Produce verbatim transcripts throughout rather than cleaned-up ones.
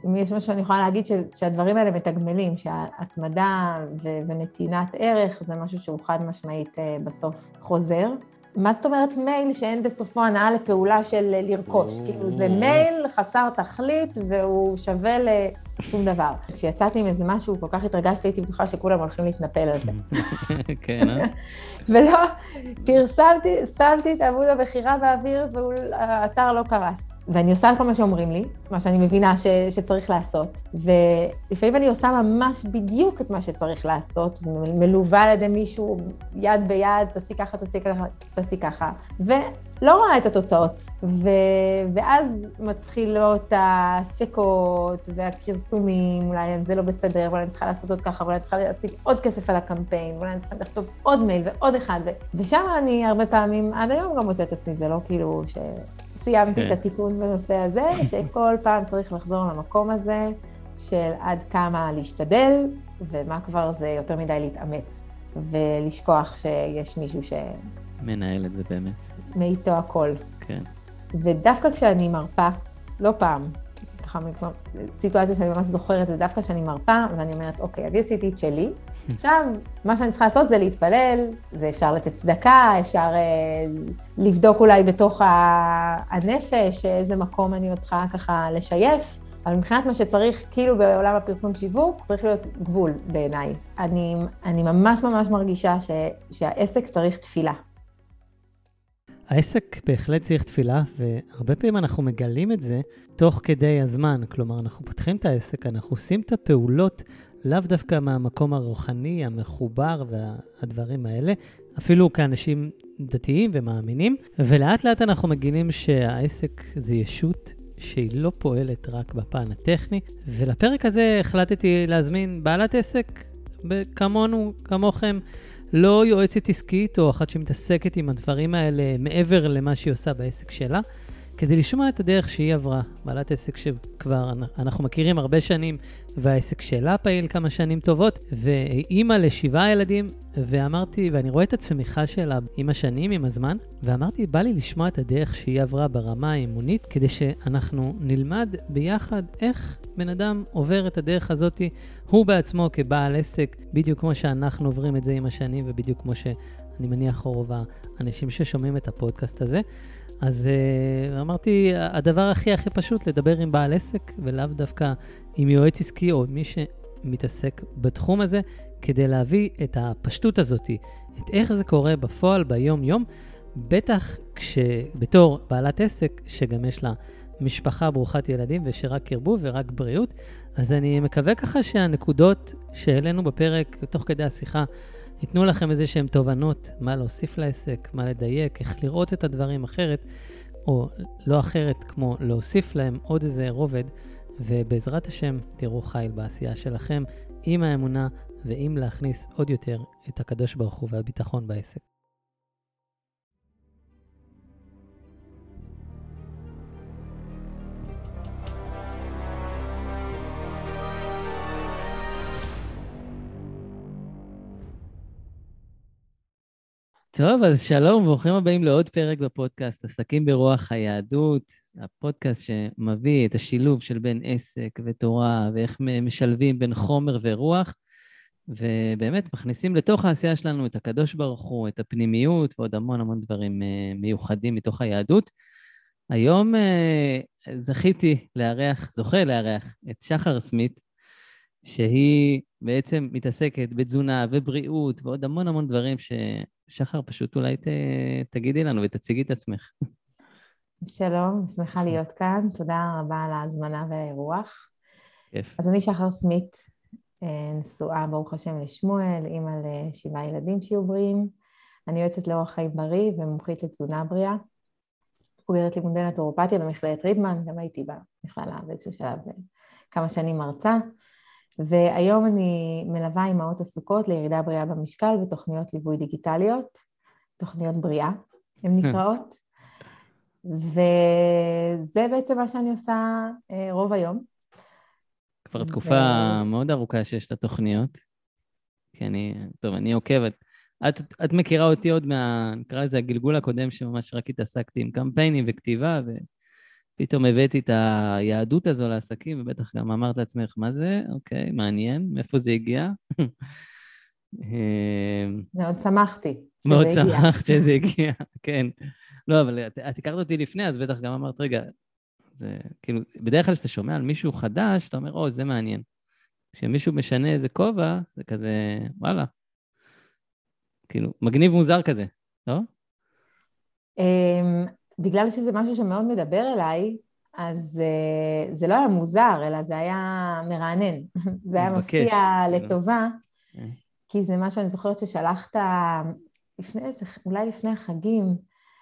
אם יש משהו שאני יכולה להגיד, ש, שהדברים האלה מתגמלים, שההתמדה ו, ונתינת ערך זה משהו שהוא חד משמעית בסוף חוזר. מה זאת אומרת מייל שאין בסופו הנאה לפעולה של לרכוש? כאילו זה מייל חסר תכלית והוא שווה לשום דבר. כשיצאתי עם איזה משהו, כל כך התרגשתי, הייתי בטוחה שכולם הולכים להתנפל על זה. כן, אה? ולא, פרסמתי, שמתי את עמוד המכירה באוויר והאתר לא קרס. ואני עושה כל מה שאומרים לי, מה שאני מבינה ש, שצריך לעשות. ולפעמים אני עושה ממש בדיוק את מה שצריך לעשות, מלווה על ידי מישהו יד ביד, תעשי ככה, תעשי ככה, תעשי ככה. ולא רואה את התוצאות. ו, ואז מתחילות הספקות והקרסומים, אולי זה לא בסדר, אולי אני צריכה לעשות עוד ככה, אולי אני צריכה להשיג עוד כסף על הקמפיין, אולי אני צריכה לכתוב עוד מייל ועוד אחד. ו, ושם אני הרבה פעמים, עד היום גם עושה את עצמי, זה לא כאילו ש... סיימתי את התיקון בנושא הזה, שכל פעם צריך לחזור למקום הזה של עד כמה להשתדל, ומה כבר זה יותר מדי להתאמץ, ולשכוח שיש מישהו ש... מנהל את זה באמת. מאיתו הכל. כן. ודווקא כשאני מרפה, לא פעם, ככה סיטואציה שאני ממש זוכרת, זה דווקא כשאני מרפה, ואני אומרת, אוקיי, אני עשיתי את שלי, עכשיו, מה שאני צריכה לעשות זה להתפלל, זה אפשר לתת צדקה, אפשר אה, לבדוק אולי בתוך הנפש, איזה מקום אני עוד צריכה ככה לשייף, אבל מבחינת מה שצריך, כאילו בעולם הפרסום שיווק, צריך להיות גבול בעיניי. אני, אני ממש ממש מרגישה ש, שהעסק צריך תפילה. העסק בהחלט צריך תפילה, והרבה פעמים אנחנו מגלים את זה תוך כדי הזמן. כלומר, אנחנו פותחים את העסק, אנחנו עושים את הפעולות, לאו דווקא מהמקום הרוחני, המחובר והדברים האלה, אפילו כאנשים דתיים ומאמינים, ולאט לאט אנחנו מגילים שהעסק זה ישות שהיא לא פועלת רק בפן הטכני, ולפרק הזה החלטתי להזמין בעלת עסק כמונו, כמוכם, לא יועצת עסקית או אחת שמתעסקת עם הדברים האלה מעבר למה שהיא עושה בעסק שלה, כדי לשמוע את הדרך שהיא עברה. בעלת עסק שכבר אנחנו מכירים הרבה שנים, והעסק שלה פעיל כמה שנים טובות, ואימא לשבעה ילדים, ואמרתי, ואני רואה את הצמיחה שלה עם השנים, עם הזמן, ואמרתי, בא לי לשמוע את הדרך שהיא עברה ברמה האימונית, כדי שאנחנו נלמד ביחד איך בן אדם עובר את הדרך הזאת, הוא בעצמו כבעל עסק, בדיוק כמו שאנחנו עוברים את זה עם השנים, ובדיוק כמו שאני מניח רוב האנשים ששומעים את הפודקאסט הזה. אז uh, אמרתי, הדבר הכי הכי פשוט לדבר עם בעל עסק, ולאו דווקא עם יועץ עסקי או מי שמתעסק בתחום הזה, כדי להביא את הפשטות הזאת, את איך זה קורה בפועל ביום יום, בטח כשבתור בעלת עסק, שגם יש לה משפחה ברוכת ילדים ושרק ירבו ורק בריאות, אז אני מקווה ככה שהנקודות שהעלינו בפרק תוך כדי השיחה, ייתנו לכם איזה שהם תובנות, מה להוסיף לעסק, מה לדייק, איך לראות את הדברים אחרת, או לא אחרת כמו להוסיף להם עוד איזה רובד, ובעזרת השם תראו חיל בעשייה שלכם, עם האמונה ועם להכניס עוד יותר את הקדוש ברוך הוא והביטחון בעסק. טוב, אז שלום, ברוכים הבאים לעוד פרק בפודקאסט, עסקים ברוח היהדות, הפודקאסט שמביא את השילוב של בין עסק ותורה, ואיך משלבים בין חומר ורוח, ובאמת מכניסים לתוך העשייה שלנו את הקדוש ברוך הוא, את הפנימיות, ועוד המון המון דברים מיוחדים מתוך היהדות. היום זכיתי לארח, זוכה לארח את שחר סמית, שהיא בעצם מתעסקת בתזונה ובריאות, ועוד המון המון דברים ש... שחר, פשוט אולי ת, תגידי לנו ותציגי את עצמך. שלום, שמחה להיות כאן. תודה רבה על ההזמנה והאירוח. כיף. אז אני שחר סמית, נשואה ברוך השם לשמואל, אימא לשבעה ילדים שיהיו בריאים. אני יועצת לאורח חיים בריא ומומחית לתזונה בריאה. בוגרת לימודי נטורופתיה במכללת רידמן, גם הייתי במכללה באיזשהו שלב כמה שנים מרצה. והיום אני מלווה אימהות עסוקות לירידה בריאה במשקל ותוכניות ליווי דיגיטליות, תוכניות בריאה, הן נקראות. וזה בעצם מה שאני עושה רוב היום. כבר תקופה ו... מאוד ארוכה שיש את התוכניות, כי אני, טוב, אני עוקבת. את, את מכירה אותי עוד מה, נקרא לזה הגלגול הקודם, שממש רק התעסקתי עם קמפיינים וכתיבה, ו... פתאום הבאתי את היהדות הזו לעסקים, ובטח גם אמרת לעצמך, מה זה? אוקיי, מעניין, מאיפה זה הגיע? מאוד שמחתי מאוד שזה הגיע. שמחת שזה הגיע, כן. לא, אבל את, את הכרת אותי לפני, אז בטח גם אמרת, רגע, זה כאילו, בדרך כלל כשאתה שומע על מישהו חדש, אתה אומר, או, זה מעניין. כשמישהו משנה איזה כובע, זה כזה, וואלה. כאילו, מגניב מוזר כזה, לא? בגלל שזה משהו שמאוד מדבר אליי, אז זה לא היה מוזר, אלא זה היה מרענן. זה היה מפתיע לטובה, כי זה משהו, אני זוכרת ששלחת לפני איזה, אולי לפני החגים,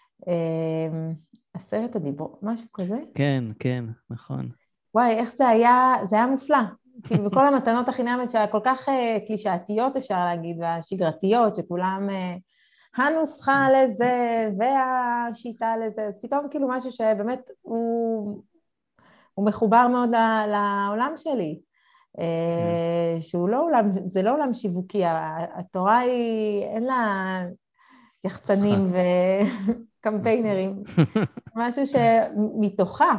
עשרת הדיברות, משהו כזה? כן, כן, נכון. וואי, איך זה היה, זה היה מופלא. כאילו, בכל המתנות החינמיות שהיה כל כך קלישאתיות, אפשר להגיד, והשגרתיות, שכולם הנוסחה לזה והשיטה לזה, אז פתאום כאילו משהו שבאמת הוא, הוא מחובר מאוד לעולם שלי, שהוא לא עולם, זה לא עולם שיווקי, התורה היא, אין לה יחצנים וקמפיינרים, משהו שמתוכה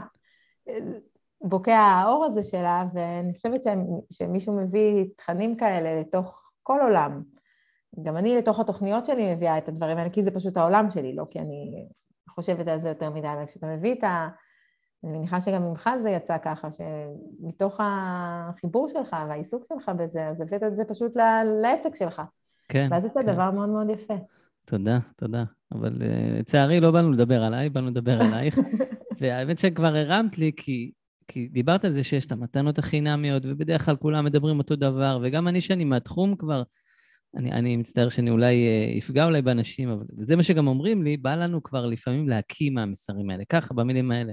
בוקע האור הזה שלה, ואני חושבת שמישהו מביא תכנים כאלה לתוך כל עולם. גם אני לתוך התוכניות שלי מביאה את הדברים האלה, כי זה פשוט העולם שלי, לא כי אני חושבת על זה יותר מדי, וכשאתה מביא את ה... אני מניחה שגם ממך זה יצא ככה, שמתוך החיבור שלך והעיסוק שלך בזה, אז הבאת את זה פשוט לעסק שלך. כן. ואז זה דבר מאוד מאוד יפה. תודה, תודה. אבל לצערי לא באנו לדבר עליי, באנו לדבר עלייך. והאמת שכבר הרמת לי, כי, כי דיברת על זה שיש את המתנות החינמיות, ובדרך כלל כולם מדברים אותו דבר, וגם אני שאני מהתחום כבר, אני, אני מצטער שאני אולי אפגע אולי באנשים, אבל זה מה שגם אומרים לי, בא לנו כבר לפעמים להקים מהמסרים האלה, ככה, במילים האלה.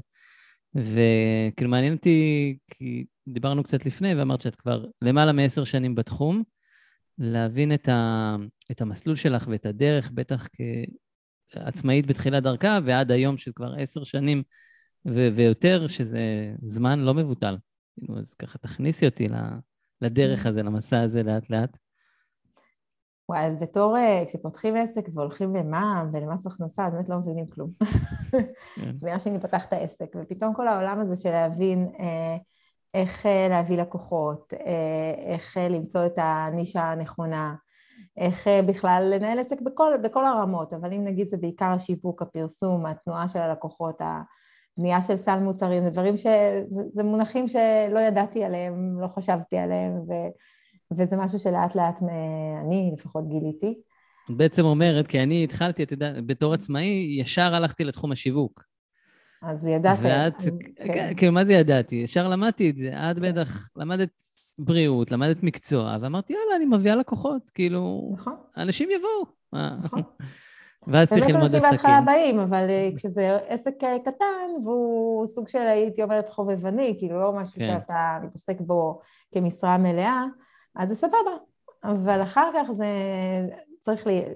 וכאילו מעניין אותי, כי דיברנו קצת לפני, ואמרת שאת כבר למעלה מעשר שנים בתחום, להבין את, ה, את המסלול שלך ואת הדרך, בטח כעצמאית בתחילת דרכה, ועד היום של כבר עשר שנים ו- ויותר, שזה זמן לא מבוטל. אז ככה תכניסי אותי לדרך הזה, למסע הזה לאט לאט. וואי, אז בתור, כשפותחים עסק והולכים למע"מ ולמס הכנסה, אז באמת לא מבינים כלום. זה נראה שאני פתח את העסק, ופתאום כל העולם הזה של להבין איך להביא לקוחות, איך למצוא את הנישה הנכונה, איך בכלל לנהל עסק בכל, בכל הרמות, אבל אם נגיד זה בעיקר השיווק, הפרסום, התנועה של הלקוחות, הבנייה של סל מוצרים, זה דברים ש... זה מונחים שלא ידעתי עליהם, לא חשבתי עליהם, ו... וזה משהו שלאט לאט אני לפחות גיליתי. את בעצם אומרת, כי אני התחלתי, את יודעת, בתור עצמאי, ישר הלכתי לתחום השיווק. אז ידעת. ואת, כאילו, מה זה ידעתי? ישר למדתי את זה. את בטח למדת בריאות, למדת מקצוע, ואמרתי, יאללה, אני מביאה לקוחות, כאילו, אנשים יבואו. נכון. ואז צריך ללמוד עסקים. באמת אנשים בהתחלה באים, אבל כשזה עסק קטן, והוא סוג של, הייתי אומרת, חובבני, כאילו לא משהו שאתה מתעסק בו כמשרה מלאה, אז זה סבבה. אבל אחר כך זה צריך לי,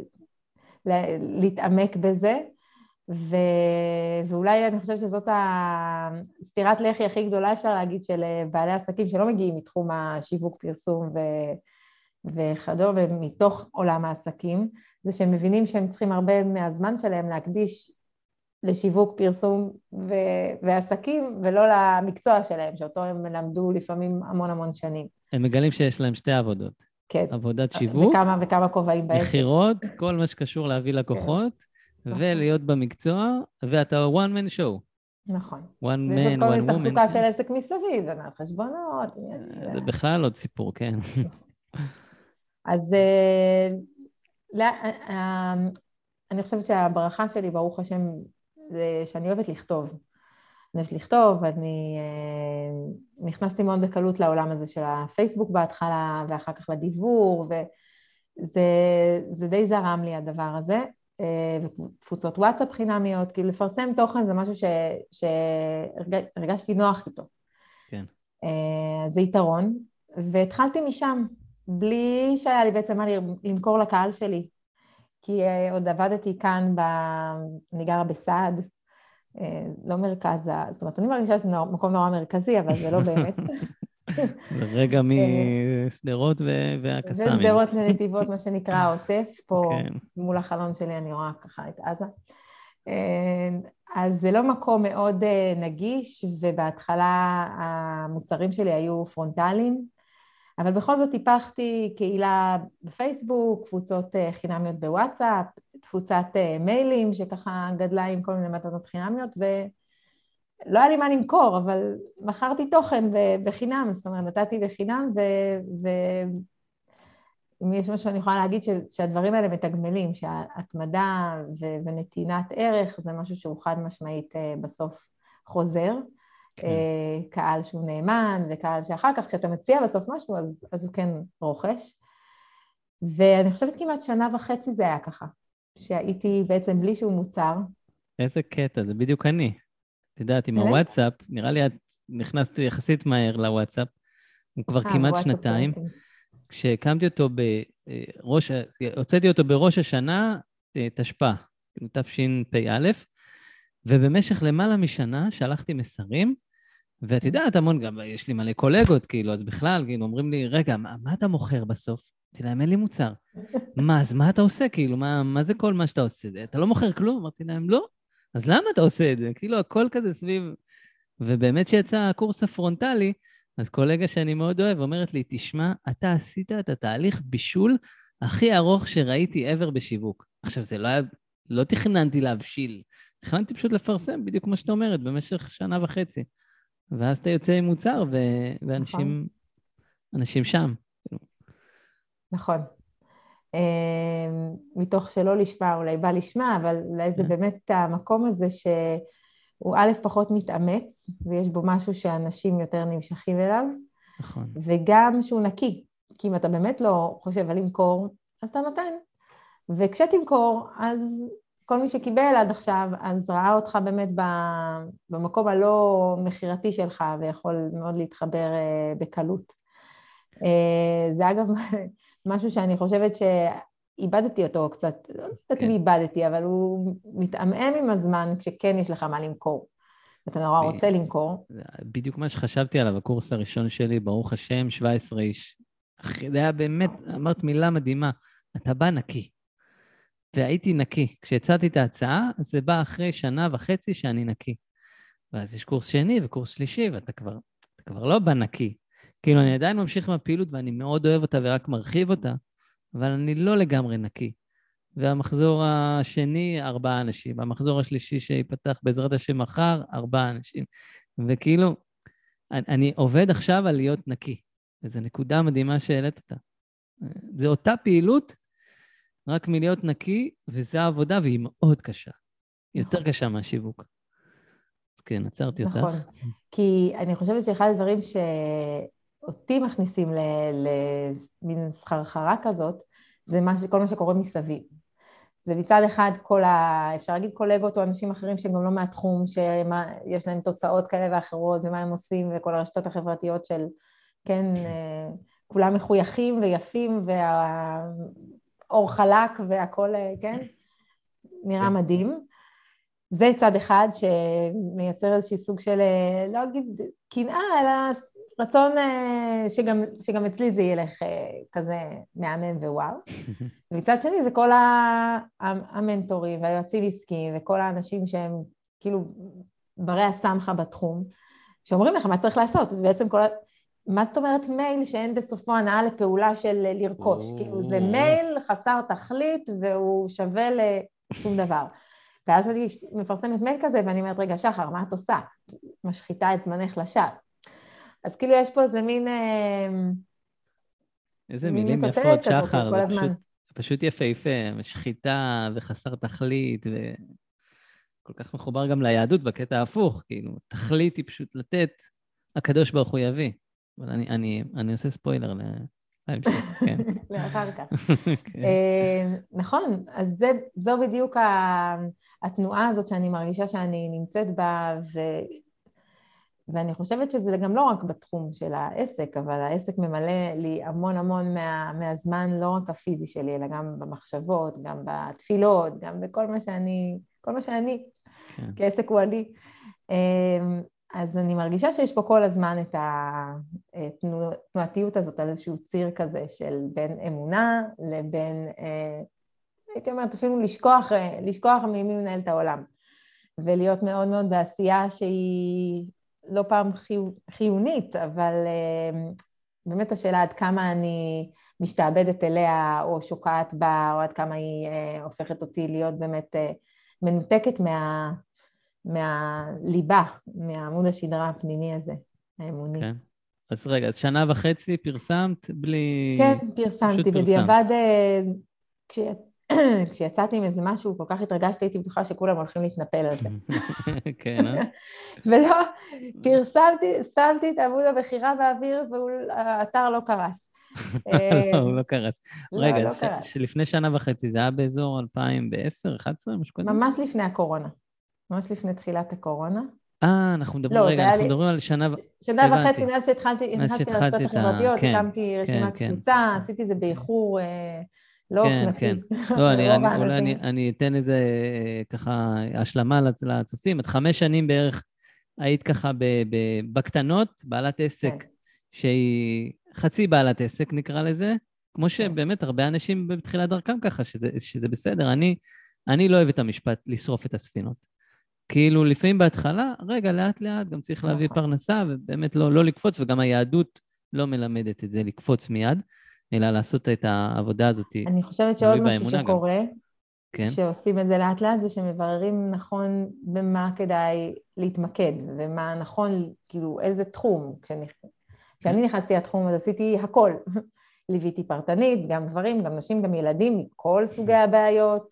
להתעמק בזה, ו... ואולי אני חושבת שזאת הסתירת לחי הכי גדולה, אפשר להגיד, של בעלי עסקים שלא מגיעים מתחום השיווק, פרסום ו... וכדור, ומתוך עולם העסקים, זה שהם מבינים שהם צריכים הרבה מהזמן שלהם להקדיש לשיווק, פרסום ו... ועסקים, ולא למקצוע שלהם, שאותו הם למדו לפעמים המון המון שנים. הם מגלים שיש להם שתי עבודות. כן. עבודת שיווק. וכמה, וכמה כובעים בעסק. מחירות, כל מה שקשור להביא לקוחות, כן. ולהיות במקצוע, ואתה one man show. נכון. one man, ויש עוד כל מיני תחזוקה כן. של עסק מסביב, ונעת חשבונות. זה בכלל עוד סיפור, כן. אז אני חושבת שהברכה שלי, ברוך השם, זה שאני אוהבת לכתוב. אני אוהבת לכתוב, אני נכנסתי מאוד בקלות לעולם הזה של הפייסבוק בהתחלה, ואחר כך לדיבור, וזה די זרם לי הדבר הזה, וקבוצות וואטסאפ חינמיות, כאילו לפרסם תוכן זה משהו שהרגשתי נוח איתו. כן. זה יתרון, והתחלתי משם, בלי שהיה לי בעצם מה למכור לקהל שלי, כי עוד עבדתי כאן, אני גרה בסעד, לא מרכז, זאת אומרת, אני מרגישה שזה מקום נורא מרכזי, אבל זה לא באמת. זה רגע מסדרות והקסאמים. וסדרות לנתיבות, מה שנקרא העוטף, פה מול החלון שלי אני רואה ככה את עזה. אז זה לא מקום מאוד נגיש, ובהתחלה המוצרים שלי היו פרונטליים, אבל בכל זאת טיפחתי קהילה בפייסבוק, קבוצות חינמיות בוואטסאפ, תפוצת מיילים שככה גדלה עם כל מיני מתנות חינמיות, ולא היה לי מה למכור, אבל מכרתי תוכן בחינם, זאת אומרת, נתתי בחינם, ואם יש משהו שאני יכולה להגיד שהדברים האלה מתגמלים, שההתמדה ונתינת ערך זה משהו שהוא חד משמעית בסוף חוזר, קהל שהוא נאמן, וקהל שאחר כך, כשאתה מציע בסוף משהו, אז, אז הוא כן רוכש. ואני חושבת כמעט שנה וחצי זה היה ככה, שהייתי בעצם בלי שהוא מוצר. איזה קטע, זה בדיוק אני. את יודעת, עם הוואטסאפ, נראה לי את נכנסתי יחסית מהר לוואטסאפ, הוא כבר כמעט שנתיים. כשהקמתי אותו בראש, הוצאתי אותו בראש השנה, תשפ"א, תשפ"א, ובמשך למעלה משנה שלחתי מסרים, ואת יודעת, המון גם, יש לי מלא קולגות, כאילו, אז בכלל, כאילו, אומרים לי, רגע, מה, מה אתה מוכר בסוף? אמרתי להם, אין לי מוצר. מה, אז מה אתה עושה? כאילו, מה, מה זה כל מה שאתה עושה? אתה לא מוכר כלום? אמרתי להם, לא. אז למה אתה עושה את זה? כאילו, הכל כזה סביב... ובאמת שיצא הקורס הפרונטלי, אז קולגה שאני מאוד אוהב, אומרת לי, תשמע, אתה עשית את התהליך בישול הכי ארוך שראיתי ever בשיווק. עכשיו, זה לא היה... לא תכננתי להבשיל. תכננתי פשוט לפרסם, בדיוק כמו שאתה אומרת, במשך שנה וחצי. ואז אתה יוצא עם מוצר, ו... ואנשים אנשים שם. נכון. מתוך שלא לשמה, אולי בא לשמה, אבל אולי זה באמת המקום הזה שהוא א' פחות מתאמץ, ויש בו משהו שאנשים יותר נמשכים אליו, נכון. וגם שהוא נקי, כי אם אתה באמת לא חושב על למכור, אז אתה נותן. וכשתמכור, אז כל מי שקיבל עד עכשיו, אז ראה אותך באמת במקום הלא מחירתי שלך, ויכול מאוד להתחבר בקלות. זה אגב משהו שאני חושבת שאיבדתי אותו קצת, לא יודעת אם איבדתי, אבל הוא מתעמם עם הזמן כשכן יש לך מה למכור. אתה נורא רוצה למכור. בדיוק מה שחשבתי עליו, הקורס הראשון שלי, ברוך השם, שבע עשרה איש. זה היה באמת, אמרת מילה מדהימה, אתה בא נקי. והייתי נקי. כשהצעתי את ההצעה, זה בא אחרי שנה וחצי שאני נקי. ואז יש קורס שני וקורס שלישי, ואתה כבר, אתה כבר לא בא נקי. כאילו, אני עדיין ממשיך מהפעילות, ואני מאוד אוהב אותה ורק מרחיב אותה, אבל אני לא לגמרי נקי. והמחזור השני, ארבעה אנשים. המחזור השלישי שיפתח בעזרת השם מחר, ארבעה אנשים. וכאילו, אני, אני עובד עכשיו על להיות נקי. וזו נקודה מדהימה שהעלית אותה. זו אותה פעילות, רק מלהיות נקי, וזו העבודה, והיא מאוד קשה. יותר נכון. קשה מהשיווק. אז כן, עצרתי אותך. נכון, כי אני חושבת שאחד הדברים שאותי מכניסים למין סחרחרה כזאת, זה מה, כל מה שקורה מסביב. זה מצד אחד כל ה... אפשר להגיד קולגות או אנשים אחרים שהם גם לא מהתחום, שיש להם תוצאות כאלה ואחרות, ומה הם עושים, וכל הרשתות החברתיות של, כן, כולם מחויכים ויפים, והאור חלק והכל, כן, נראה מדהים. זה צד אחד שמייצר איזושהי סוג של, לא אגיד קנאה, אלא רצון שגם, שגם אצלי זה ילך כזה מהמם ווואו. ומצד שני זה כל המנטורים והיועצים עסקיים וכל האנשים שהם כאילו ברי הסמכה בתחום, שאומרים לך מה צריך לעשות, ובעצם כל ה... מה זאת אומרת מייל שאין בסופו הנאה לפעולה של לרכוש? כאילו זה מייל חסר תכלית והוא שווה לשום דבר. ואז אני מפרסמת מייל כזה, ואני אומרת, רגע, שחר, מה את עושה? משחיתה את זמנך לשווא. אז כאילו יש פה איזה מין... איזה מילים יפות, שחר, זה פשוט, פשוט יפהפה, משחיתה וחסר תכלית, וכל כך מחובר גם ליהדות בקטע ההפוך, כאילו, תכלית היא פשוט לתת, הקדוש ברוך הוא יביא. אבל אני, אני, אני עושה ספוילר ל... לאחר כך. נכון, אז זו בדיוק התנועה הזאת שאני מרגישה שאני נמצאת בה, ואני חושבת שזה גם לא רק בתחום של העסק, אבל העסק ממלא לי המון המון מהזמן, לא רק הפיזי שלי, אלא גם במחשבות, גם בתפילות, גם בכל מה שאני, כל מה שאני, כי העסק הוא אני. אז אני מרגישה שיש פה כל הזמן את התנועתיות הזאת על איזשהו ציר כזה של בין אמונה לבין אה, הייתי אומרת, אפילו לשכוח, לשכוח ממי מנהל את העולם, ולהיות מאוד מאוד בעשייה שהיא לא פעם חיונית, אבל באמת השאלה עד כמה אני משתעבדת אליה, או שוקעת בה, או עד כמה היא הופכת אותי להיות באמת מנותקת מה, מהליבה, מהעמוד השדרה הפנימי הזה, האמוני. כן. אז רגע, אז שנה וחצי פרסמת בלי... כן, פרסמתי, בדיעבד, כש... כשיצאתי עם איזה משהו, כל כך התרגשתי, הייתי בטוחה שכולם הולכים להתנפל על זה. כן, אה? ולא, פרסמתי, שמתי את עמוד המכירה באוויר, והאתר לא קרס. הוא לא קרס. רגע, לא קרס. שלפני שנה וחצי, זה היה באזור אלפיים ועשר, אחת עשרה, משהו כזה? ממש לפני הקורונה. ממש לפני תחילת הקורונה. אה, אנחנו מדברים, רגע, אנחנו מדברים על שנה... שנה וחצי, מאז שהתחלתי, נכנסתי לרשתות החברתיות, הקמתי רשימת תפוצה, עשיתי זה באיחור לא אופנתי. כן, כן. לא, אולי אני אתן איזה ככה השלמה לצופים. את חמש שנים בערך היית ככה בקטנות, בעלת עסק, שהיא חצי בעלת עסק, נקרא לזה, כמו שבאמת הרבה אנשים בתחילת דרכם ככה, שזה בסדר. אני לא אוהב את המשפט לשרוף את הספינות. כאילו לפעמים בהתחלה, רגע, לאט לאט, גם צריך להביא פרנסה, ובאמת לא, לא לקפוץ, וגם היהדות לא מלמדת את זה לקפוץ מיד, אלא לעשות את העבודה הזאת. אני חושבת שעוד משהו שקורה, כשעושים את זה לאט לאט, זה שמבררים נכון במה כדאי להתמקד, ומה נכון, כאילו איזה תחום. כשאני נכנסתי לתחום, אז עשיתי הכל. ליוויתי פרטנית, גם גברים, גם נשים, גם ילדים, מכל סוגי הבעיות,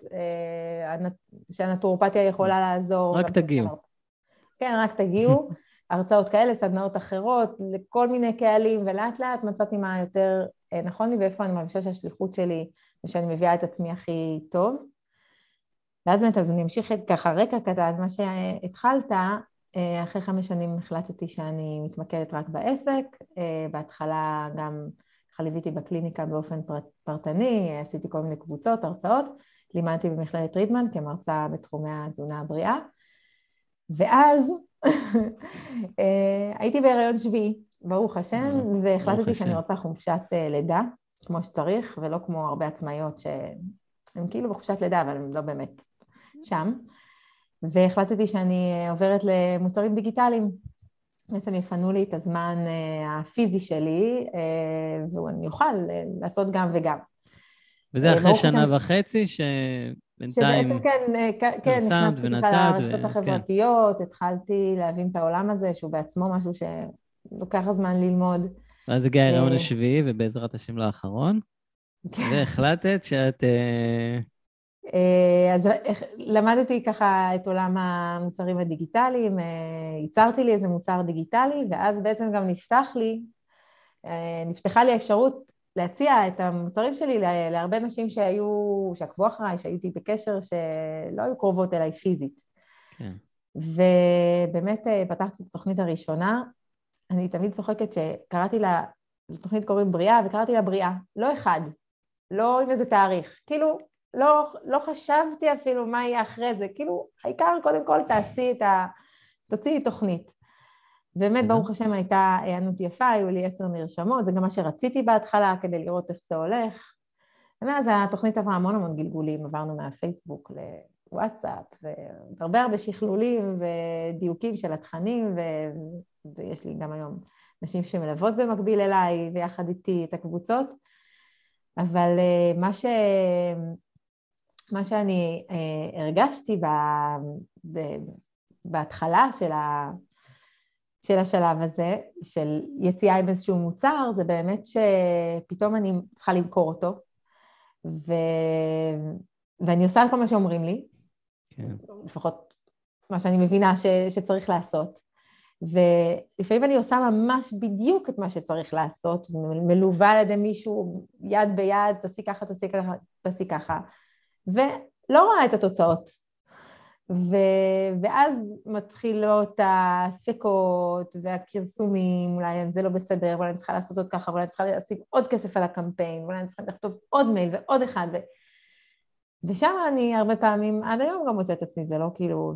שהנטורופתיה יכולה לעזור. רק תגיעו. כן, רק תגיעו. הרצאות כאלה, סדנאות אחרות, לכל מיני קהלים, ולאט לאט מצאתי מה יותר נכון לי, ואיפה אני מרגישה שהשליחות שלי, ושאני מביאה את עצמי הכי טוב. ואז באמת, אז אני אמשיך ככה רקע קטן, מה שהתחלת, אחרי חמש שנים החלטתי שאני מתמקדת רק בעסק, בהתחלה גם ליוויתי בקליניקה באופן פרטני, עשיתי כל מיני קבוצות, הרצאות, לימדתי במכללת רידמן כמרצה בתחומי התזונה הבריאה, ואז הייתי בהיריון שביעי, ברוך השם, והחלטתי שאני רוצה חופשת לידה, כמו שצריך, ולא כמו הרבה עצמאיות שהן כאילו בחופשת לידה, אבל הן לא באמת שם, והחלטתי שאני עוברת למוצרים דיגיטליים, בעצם יפנו לי את הזמן הפיזי שלי, ואני אוכל לעשות גם וגם. וזה אחרי שנה וחצי שבינתיים שבעצם כן, נכנסתי בכלל לרשתות החברתיות, התחלתי להבין את העולם הזה, שהוא בעצמו משהו שלוקח הזמן ללמוד. ואז הגיע ההיריון השביעי, ובעזרת השם לא האחרון, והחלטת שאת... אז למדתי ככה את עולם המוצרים הדיגיטליים, ייצרתי לי איזה מוצר דיגיטלי, ואז בעצם גם נפתח לי, נפתחה לי האפשרות להציע את המוצרים שלי להרבה נשים שהיו, שעקבו אחריי, שהייתי בקשר, שלא היו קרובות אליי פיזית. כן. ובאמת פתחתי את התוכנית הראשונה, אני תמיד צוחקת שקראתי לה, לתוכנית קוראים בריאה, וקראתי לה בריאה, לא אחד, לא עם איזה תאריך, כאילו, לא, לא חשבתי אפילו מה יהיה אחרי זה, כאילו, העיקר קודם כל תעשי את ה... תוציאי תוכנית. באמת, ברוך השם, הייתה הענות יפה, היו לי עשר נרשמות, זה גם מה שרציתי בהתחלה, כדי לראות איך זה הולך. ומאז התוכנית עברה המון המון גלגולים, עברנו מהפייסבוק לוואטסאפ, והרבה הרבה שכלולים ודיוקים של התכנים, ו... ויש לי גם היום נשים שמלוות במקביל אליי, ויחד איתי את הקבוצות. אבל מה ש... מה שאני אה, הרגשתי ב, ב, בהתחלה של, ה, של השלב הזה, של יציאה עם איזשהו מוצר, זה באמת שפתאום אני צריכה למכור אותו, ו, ואני עושה כל מה שאומרים לי, כן. לפחות מה שאני מבינה ש, שצריך לעשות, ולפעמים אני עושה ממש בדיוק את מה שצריך לעשות, מלווה על ידי מישהו יד ביד, תעשי ככה, תעשי ככה, תעשי ככה, ולא רואה את התוצאות. ו... ואז מתחילות הספקות והקרסומים, אולי זה לא בסדר, אולי אני צריכה לעשות עוד ככה, אולי אני צריכה להשיג עוד כסף על הקמפיין, אולי אני צריכה לכתוב עוד מייל ועוד אחד. ו... ושם אני הרבה פעמים, עד היום גם מוצאת עצמי, זה לא כאילו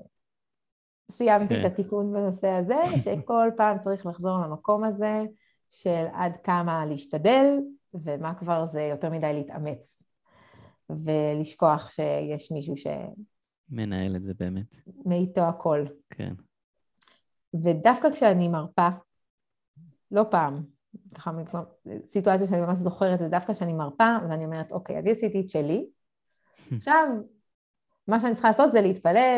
שסיימתי את התיקון בנושא הזה, שכל פעם צריך לחזור למקום הזה של עד כמה להשתדל, ומה כבר זה יותר מדי להתאמץ. ולשכוח שיש מישהו ש... מנהל את זה באמת. מאיתו הכל. כן. ודווקא כשאני מרפה, לא פעם, ככה, סיטואציה שאני ממש זוכרת, זה דווקא כשאני מרפה, ואני אומרת, אוקיי, אני עשיתי את שלי, עכשיו, מה שאני צריכה לעשות זה להתפלל,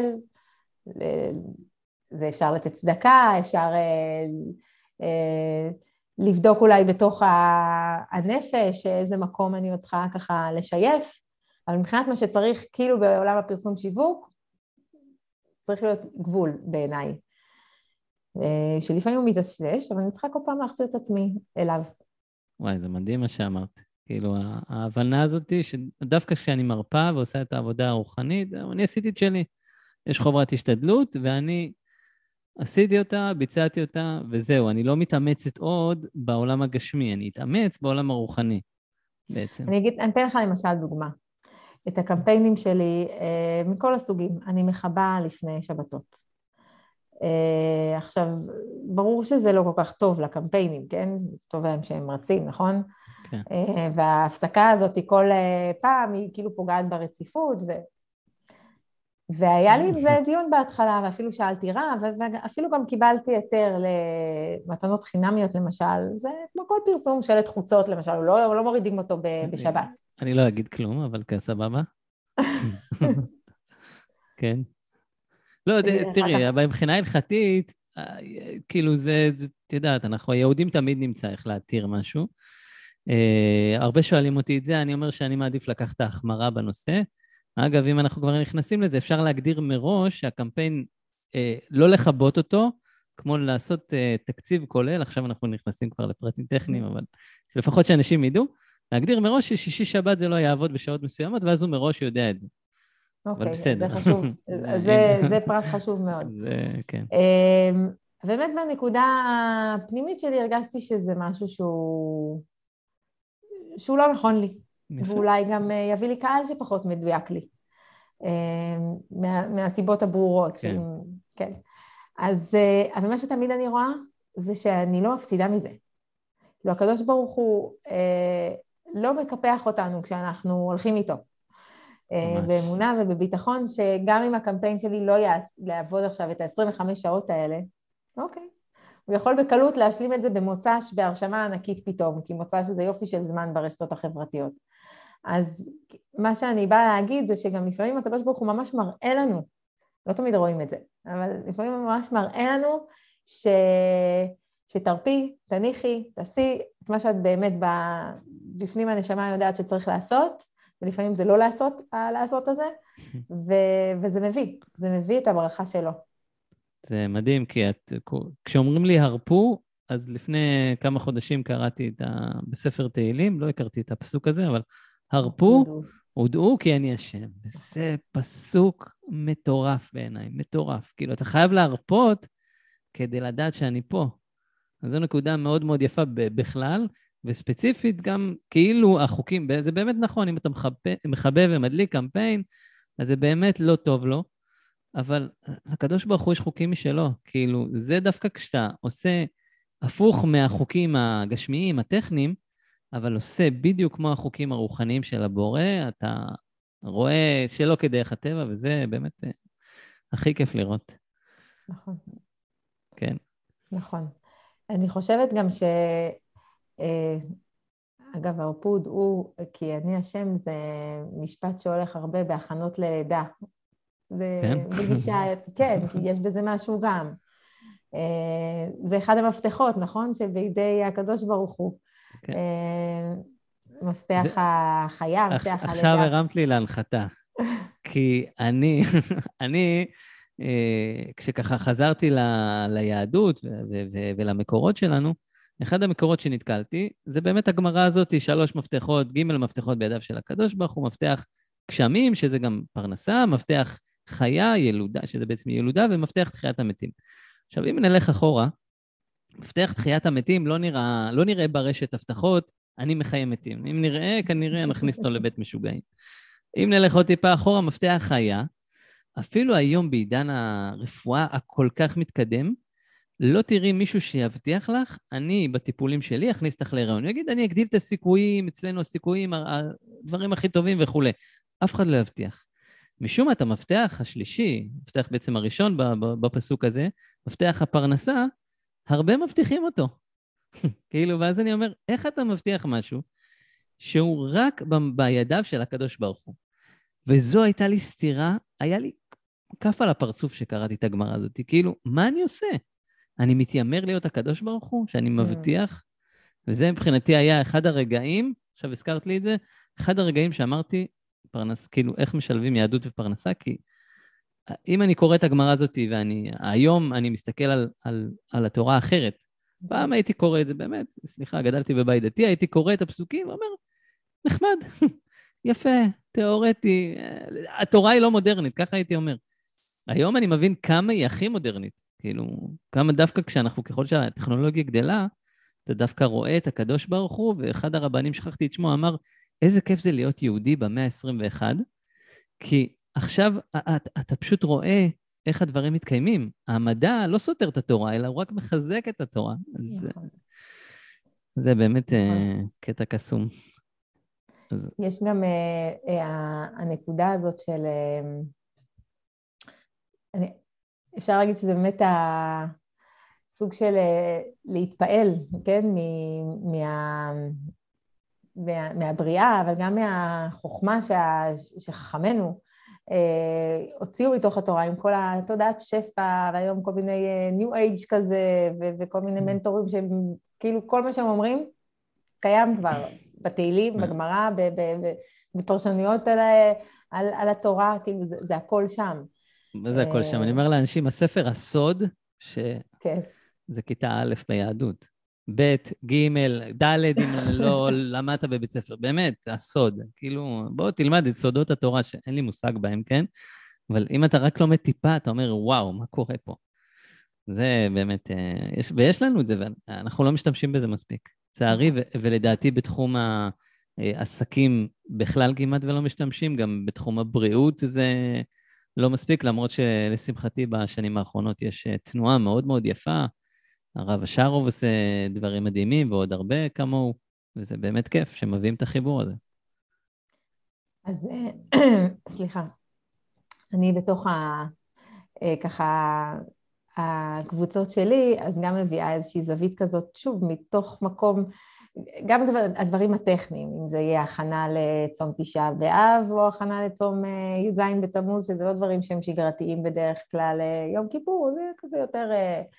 זה אפשר לתת צדקה, אפשר אה, אה, לבדוק אולי בתוך הנפש, איזה מקום אני עוד צריכה ככה לשייף, אבל מבחינת מה שצריך, כאילו בעולם הפרסום שיווק, צריך להיות גבול בעיניי. שלפעמים הוא מתשלש, אבל אני צריכה כל פעם להחזיר את עצמי אליו. וואי, זה מדהים מה שאמרת. כאילו, ההבנה הזאת היא שדווקא כשאני מרפה ועושה את העבודה הרוחנית, אני עשיתי את שלי. יש חוברת השתדלות, ואני עשיתי אותה, ביצעתי אותה, וזהו. אני לא מתאמצת עוד בעולם הגשמי, אני אתאמץ בעולם הרוחני, בעצם. אני אגיד, אני אתן לך למשל דוגמה. את הקמפיינים שלי, מכל הסוגים, אני מחבה לפני שבתות. Uh, עכשיו, ברור שזה לא כל כך טוב לקמפיינים, כן? זה טוב להם שהם רצים, נכון? כן. Uh, וההפסקה הזאת היא כל uh, פעם, היא כאילו פוגעת ברציפות, ו... והיה לי עם זה דיון בהתחלה, ואפילו שאלתי רב, ואפילו גם קיבלתי היתר למתנות חינמיות למשל, זה כמו כל פרסום שלט חוצות למשל, לא, לא מורידים אותו בשבת. אני לא אגיד כלום, אבל כסבבה. כן. לא, תראי, אבל מבחינה הלכתית, כאילו זה, את יודעת, אנחנו היהודים תמיד נמצא איך להתיר משהו. הרבה שואלים אותי את זה, אני אומר שאני מעדיף לקחת את ההחמרה בנושא. אגב, אם אנחנו כבר נכנסים לזה, אפשר להגדיר מראש שהקמפיין, לא לחבות אותו, כמו לעשות תקציב כולל, עכשיו אנחנו נכנסים כבר לפרטים טכניים, אבל לפחות שאנשים ידעו, להגדיר מראש ששישי שבת זה לא יעבוד בשעות מסוימות, ואז הוא מראש יודע את זה. אוקיי, זה חשוב, זה פרט חשוב מאוד. זה, כן. באמת בנקודה הפנימית שלי הרגשתי שזה משהו שהוא, שהוא לא נכון לי, ואולי גם יביא לי קהל שפחות מדויק לי, מהסיבות הברורות. כן. כן. אז, אבל מה שתמיד אני רואה, זה שאני לא מפסידה מזה. כאילו, הקדוש ברוך הוא לא מקפח אותנו כשאנחנו הולכים איתו. באמונה ובביטחון, שגם אם הקמפיין שלי לא יעבוד עכשיו את ה-עשרים וחמש שעות האלה, אוקיי. הוא יכול בקלות להשלים את זה במוצ"ש בהרשמה ענקית פתאום, כי מוצ"ש זה יופי של זמן ברשתות החברתיות. אז מה שאני באה להגיד זה שגם לפעמים הקדוש ברוך הוא ממש מראה לנו, לא תמיד רואים את זה, אבל לפעמים הוא ממש מראה לנו ש... שתרפי, תניחי, תעשי את מה שאת באמת בפנים הנשמה יודעת שצריך לעשות, ולפעמים זה לא לעשות, לעשות הזה, ו- וזה מביא, זה מביא את הברכה שלו. זה מדהים, כי את, כשאומרים לי הרפו, אז לפני כמה חודשים קראתי את ה... בספר תהילים, לא הכרתי את הפסוק הזה, אבל הרפו, הודעו כי אני השם. וזה פסוק מטורף בעיניי, מטורף. כאילו, אתה חייב להרפות כדי לדעת שאני פה. אז זו נקודה מאוד מאוד יפה בכלל, וספציפית גם כאילו החוקים, זה באמת נכון, אם אתה מחבב ומדליק קמפיין, אז זה באמת לא טוב לו, אבל הקדוש ברוך הוא יש חוקים משלו, כאילו זה דווקא כשאתה עושה הפוך מהחוקים הגשמיים, הטכניים, אבל עושה בדיוק כמו החוקים הרוחניים של הבורא, אתה רואה שלא כדרך הטבע, וזה באמת הכי כיף לראות. נכון. כן. נכון. אני חושבת גם ש... אגב, הרפוד הוא, כי אני השם, זה משפט שהולך הרבה בהכנות ללידה. בגישה, כן, כי יש בזה משהו גם. זה אחד המפתחות, נכון? שבידי הקדוש ברוך הוא. מפתח החיה, מפתח הלידה. עכשיו הרמת לי להנחתה. כי אני, אני, כשככה חזרתי ליהדות ולמקורות שלנו, אחד המקורות שנתקלתי, זה באמת הגמרא הזאת, שלוש מפתחות, ג' מפתחות בידיו של הקדוש ברוך הוא, מפתח גשמים, שזה גם פרנסה, מפתח חיה, ילודה, שזה בעצם ילודה, ומפתח תחיית המתים. עכשיו, אם נלך אחורה, מפתח תחיית המתים לא נראה, לא נראה ברשת הבטחות, אני מחיה מתים. אם נראה, כנראה נכניס אותו לבית משוגעים. אם נלך עוד טיפה אחורה, מפתח חיה, אפילו היום בעידן הרפואה הכל כך מתקדם, לא תראי מישהו שיבטיח לך, אני בטיפולים שלי אכניס לך להיריון. אני אגיד, אני אגדיל את הסיכויים, אצלנו הסיכויים הדברים הכי טובים וכו'. אף אחד לא יבטיח. משום מה, את המפתח השלישי, מפתח בעצם הראשון בפסוק הזה, מפתח הפרנסה, הרבה מבטיחים אותו. כאילו, ואז אני אומר, איך אתה מבטיח משהו שהוא רק ב- בידיו של הקדוש ברוך הוא? וזו הייתה לי סתירה, היה לי כף על הפרצוף שקראתי את הגמרא הזאת. כאילו, מה אני עושה? אני מתיימר להיות הקדוש ברוך הוא, שאני מבטיח, וזה מבחינתי היה אחד הרגעים, עכשיו הזכרת לי את זה, אחד הרגעים שאמרתי, פרנס, כאילו, איך משלבים יהדות ופרנסה, כי אם אני קורא את הגמרא הזאת, ואני, היום אני מסתכל על, על, על התורה האחרת, פעם הייתי קורא את זה באמת, סליחה, גדלתי בבית דתי, הייתי קורא את הפסוקים, ואומר, נחמד, יפה, תיאורטי, התורה היא לא מודרנית, ככה הייתי אומר. היום אני מבין כמה היא הכי מודרנית, כאילו, כמה דווקא כשאנחנו, ככל שהטכנולוגיה גדלה, אתה דווקא רואה את הקדוש ברוך הוא, ואחד הרבנים, שכחתי את שמו, אמר, איזה כיף זה להיות יהודי במאה ה-עשרים ואחת, כי עכשיו אתה, אתה פשוט רואה איך הדברים מתקיימים. המדע לא סותר את התורה, אלא הוא רק מחזק את התורה. אז זה באמת קטע קסום. יש גם הנקודה הזאת של, אפשר להגיד שזה באמת הסוג של להתפעל, כן? מה... מה, מהבריאה, אבל גם מהחוכמה שה, שחכמנו אה, הוציאו מתוך התורה, עם כל התודעת שפע, והיום כל מיני ניו אייג' כזה, ו, וכל מיני מנטורים שהם, כאילו כל מה שהם אומרים, קיים כבר בתהילים, בגמרא, ב, ב, ב, בפרשנויות על, על, על התורה, כאילו זה, זה הכל שם. וזה הכל שם. אני אומר לאנשים, הספר הסוד, שזה כן. כיתה א' ביהדות. ב', ג', ד', אם לא למדת בבית ספר. באמת, הסוד. כאילו, בוא תלמד את סודות התורה, שאין לי מושג בהם, כן? אבל אם אתה רק לומד טיפה, אתה אומר, וואו, מה קורה פה? זה באמת, יש, ויש לנו את זה, ואנחנו לא משתמשים בזה מספיק. צערי, ו- ולדעתי בתחום העסקים בכלל כמעט ולא משתמשים, גם בתחום הבריאות זה לא מספיק, למרות שלשמחתי בשנים האחרונות יש תנועה מאוד מאוד יפה, הרב השארוב עושה דברים מדהימים, ועוד הרבה כמוהו, וזה באמת כיף שמביאים את החיבור הזה. אז סליחה, אני בתוך ה... ככה... הקבוצות שלי, אז גם מביאה איזושהי זווית כזאת, שוב, מתוך מקום, גם הדברים הטכניים, אם זה יהיה הכנה לצום תשעה באב, או הכנה לצום י"ז בתמוז, שזה לא דברים שהם שגרתיים בדרך כלל יום כיפור, זה כזה יותר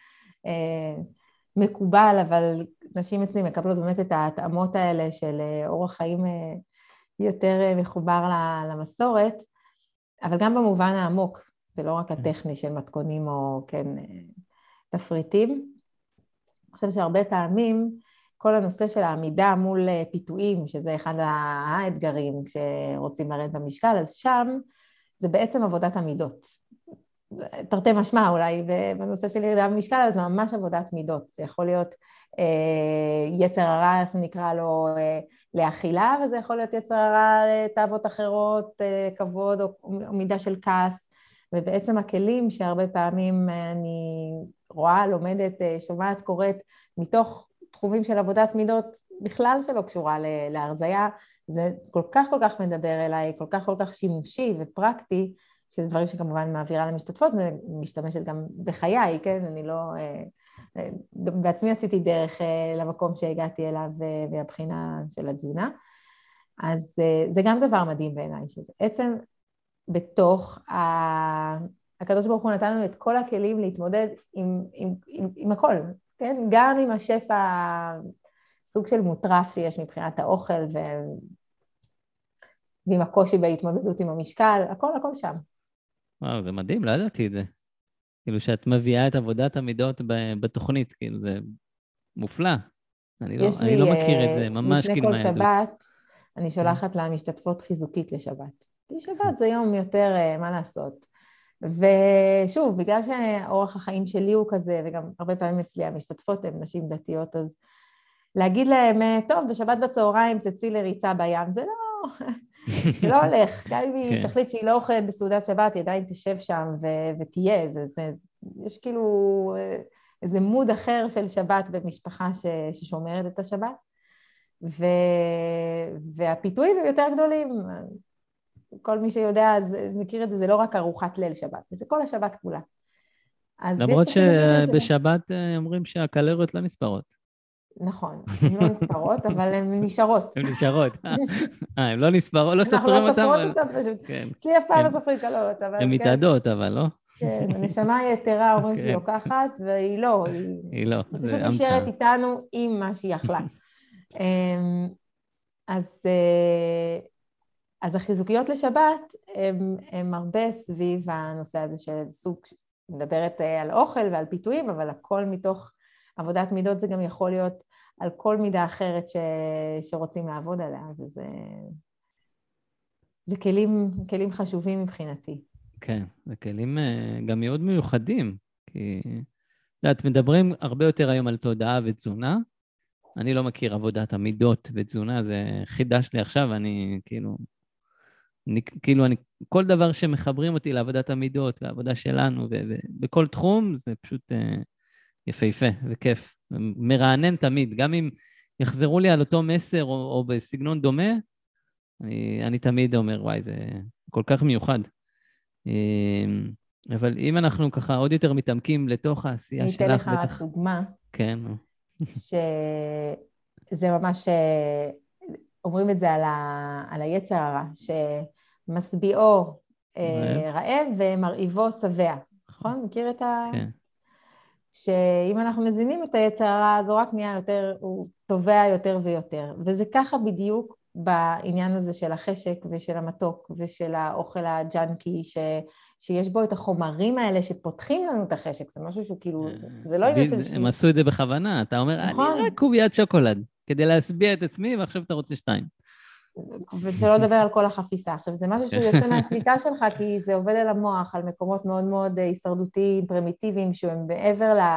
מקובל, אבל נשים אצלי מקבלות באמת את ההתאמות האלה של אורח חיים יותר מחובר למסורת, אבל גם במובן העמוק, ולא רק הטכני של מתכונים או כן, תפריטים. אני חושבת שהרבה פעמים כל הנושא של העמידה מול פיתויים, שזה אחד האתגרים כשרוצים לרדת במשקל, אז שם זה בעצם עבודת המידות. תרתי משמע אולי, בנושא של ירידה במשקל, אז זה ממש עבודת מידות. זה יכול להיות אה, יצר הרע, אנחנו נקרא לו אה, לאכילה, וזה יכול להיות יצר הרע לתאוות אחרות, אה, כבוד או, או מידה של כעס. ובעצם הכלים שהרבה פעמים אני רואה, לומדת, שומעת, קוראת, מתוך תחומים של עבודת מידות, בכלל שלא קשורה להרזיה, זה כל כך כל כך מדבר אליי, כל כך כל כך שימושי ופרקטי, שזה דברים שכמובן מעבירה למשתתפות, ומשתמשת גם בחיי, כן? אני לא... בעצמי עשיתי דרך למקום שהגעתי אליו והבחינה של התזונה. אז זה גם דבר מדהים בעיניי, שבעצם בתוך הקדוש ברוך הוא נתן לנו את כל הכלים להתמודד עם, עם, עם, עם הכל, כן? גם עם השפע, סוג של מוטרף שיש מבחינת האוכל, ו... ועם הקושי בהתמודדות עם המשקל, הכל, הכל שם. וואו, זה מדהים, לא ידעתי את זה. כאילו שאת מביאה את עבודת המידות בתוכנית, כאילו זה מופלא. אני לא, אני לא מכיר את זה, ממש כאילו מהידות. לפני כל שבת, אני שולחת לה משתתפות חיזוקית לשבת. כי שבת זה יום יותר, מה לעשות. ושוב, בגלל שאורח החיים שלי הוא כזה, וגם הרבה פעמים אצלי המשתתפות הן נשים דתיות, אז להגיד להם, טוב, בשבת בצהריים תצאי לריצה בים, זה לא, זה לא הולך. גם אם היא תחליט שהיא לא אוכלת בסעודת שבת, היא עדיין תשב שם ו- ותהיה. זה, זה, יש כאילו איזה מוד אחר של שבת במשפחה ש- ששומרת את השבת. ו... והפיתויים הם יותר גדולים. כל מי שיודע, אז מכיר את זה, זה לא רק ארוחת ליל שבת, זה כל השבת כולה. למרות שבשבת אומרים שהקלוריות לא נספרות. נכון, הן לא נספרות, אבל הן נשארות. הן נשארות. אה, הן לא נספרות, לא סופרים אותן. אנחנו לא סופרות אותן פשוט. אצלי אף פעם לא סופרים קלוריות. הן מתעדות, אבל לא? כן, הנשמה היתרה אומרים שהיא לוקחת, והיא לא. היא לא, זה המצאה. פשוט נשארת איתנו עם מה שהיא אכלה. אז החיזוקיות לשבת הן הרבה סביב הנושא הזה של סוג, מדברת על אוכל ועל פיתויים, אבל הכל מתוך עבודת מידות זה גם יכול להיות על כל מידה אחרת ש... שרוצים לעבוד עליה, וזה זה כלים, כלים חשובים מבחינתי. כן, זה כלים גם מאוד מיוחדים, כי את מדברים הרבה יותר היום על תודעה ותזונה, אני לא מכיר עבודת המידות ותזונה, זה חידש לי עכשיו, אני כאילו, אני, כאילו אני, כל דבר שמחברים אותי לעבודת המידות והעבודה שלנו, ובכל תחום זה פשוט יפהפה וכיף, מרענן תמיד, גם אם יחזרו לי על אותו מסר או, או בסגנון דומה, אני, אני תמיד אומר, וואי, זה כל כך מיוחד. אבל אם אנחנו ככה עוד יותר מתעמקים לתוך העשייה שלך... אני אתן לך בטח... דוגמה. כן. שזה ממש, אומרים את זה על, ה, על היצר הרע, שמשביעו רעב ומרעיבו שבע. נכון? מכיר את ה... כן. שאם אנחנו מזינים את היצר הרע, אז הוא רק נהיה יותר, הוא טובע יותר ויותר. וזה ככה בדיוק בעניין הזה של החשק ושל המתוק ושל האוכל הג'אנקי, ש... שיש בו את החומרים האלה שפותחים לנו את החשק. זה משהו שהוא כאילו, זה לא עניין של... הם עשו את זה בכוונה, אתה אומר, אני רק קוביית שוקולד, כדי להסביע את עצמי, ועכשיו אתה רוצה שתיים. ושלא לדבר על כל החפיסה. עכשיו, זה משהו שהוא יוצא מהשליטה שלך, כי זה עובד על המוח, על מקומות מאוד מאוד הישרדותיים, פרימיטיביים, שהם בעבר ל...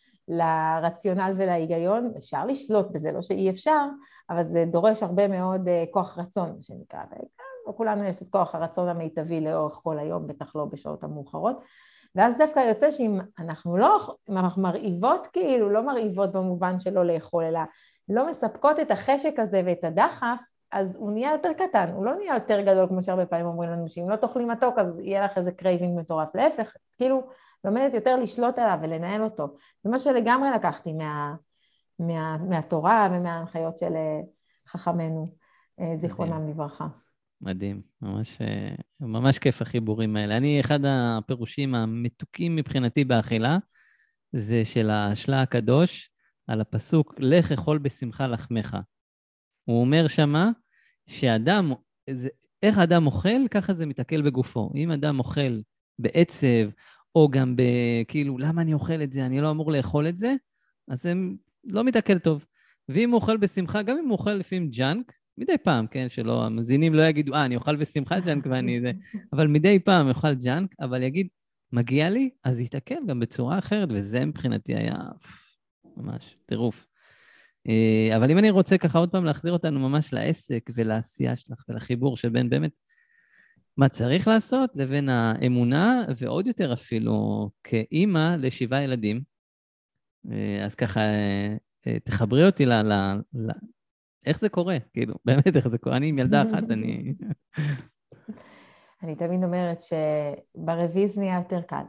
לרציונל ולהיגיון. אפשר לשלוט בזה, לא שאי אפשר, אבל זה דורש הרבה מאוד כוח רצון, שנקרא. וכולנו יש את כוח הרצון המיטבי לאורך כל היום, בטח לא בשעות המאוחרות. ואז דווקא יוצא שאם אנחנו לא, אם אנחנו מרעיבות כאילו, לא מרעיבות במובן שלא לאכול, אלא לא מספקות את החשק הזה ואת הדחף, אז הוא נהיה יותר קטן, הוא לא נהיה יותר גדול, כמו שהרבה פעמים אומרים לנו, שאם לא תאכלי מתוק, אז יהיה לך איזה קרייבינג מטורף. להפך, כאילו, לומדת יותר לשלוט עליו ולנהל אותו. זה מה שלגמרי לקחתי מה, מה, מהתורה ומההנחיות של חכמנו, זיכרונם לברכה. מדהים, ממש, ממש כיף החיבורים האלה. אני, אחד הפירושים המתוקים מבחינתי באכילה, זה של השלה הקדוש, על הפסוק, לך אכול בשמחה לחמך. הוא אומר שמה, שאדם, זה, איך אדם אוכל, ככה זה מתעכל בגופו. אם אדם אוכל בעצב, או גם בכאילו, למה אני אוכל את זה, אני לא אמור לאכול את זה, אז זה לא מתעכל טוב. ואם הוא אוכל בשמחה, גם אם הוא אוכל לפעמים ג'אנק, מדי פעם, כן, שלא, המזינים לא יגידו, אה, אני אוכל בשמחה ג'אנק ואני זה, אבל מדי פעם אוכל ג'אנק, אבל יגיד, מגיע לי, אז יתעכל גם בצורה אחרת, וזה מבחינתי היה ממש טירוף. אבל אם אני רוצה ככה עוד פעם להחזיר אותנו ממש לעסק ולעשייה שלך ולחיבור שבין באמת מה צריך לעשות לבין האמונה, ועוד יותר אפילו כאימא לשבעה ילדים, אז ככה תחברי אותי ל... ל, ל איך זה קורה? כאילו, באמת איך זה קורה? אני עם ילדה אחת, אני... אני תמיד אומרת שברוויז נהיה יותר קל.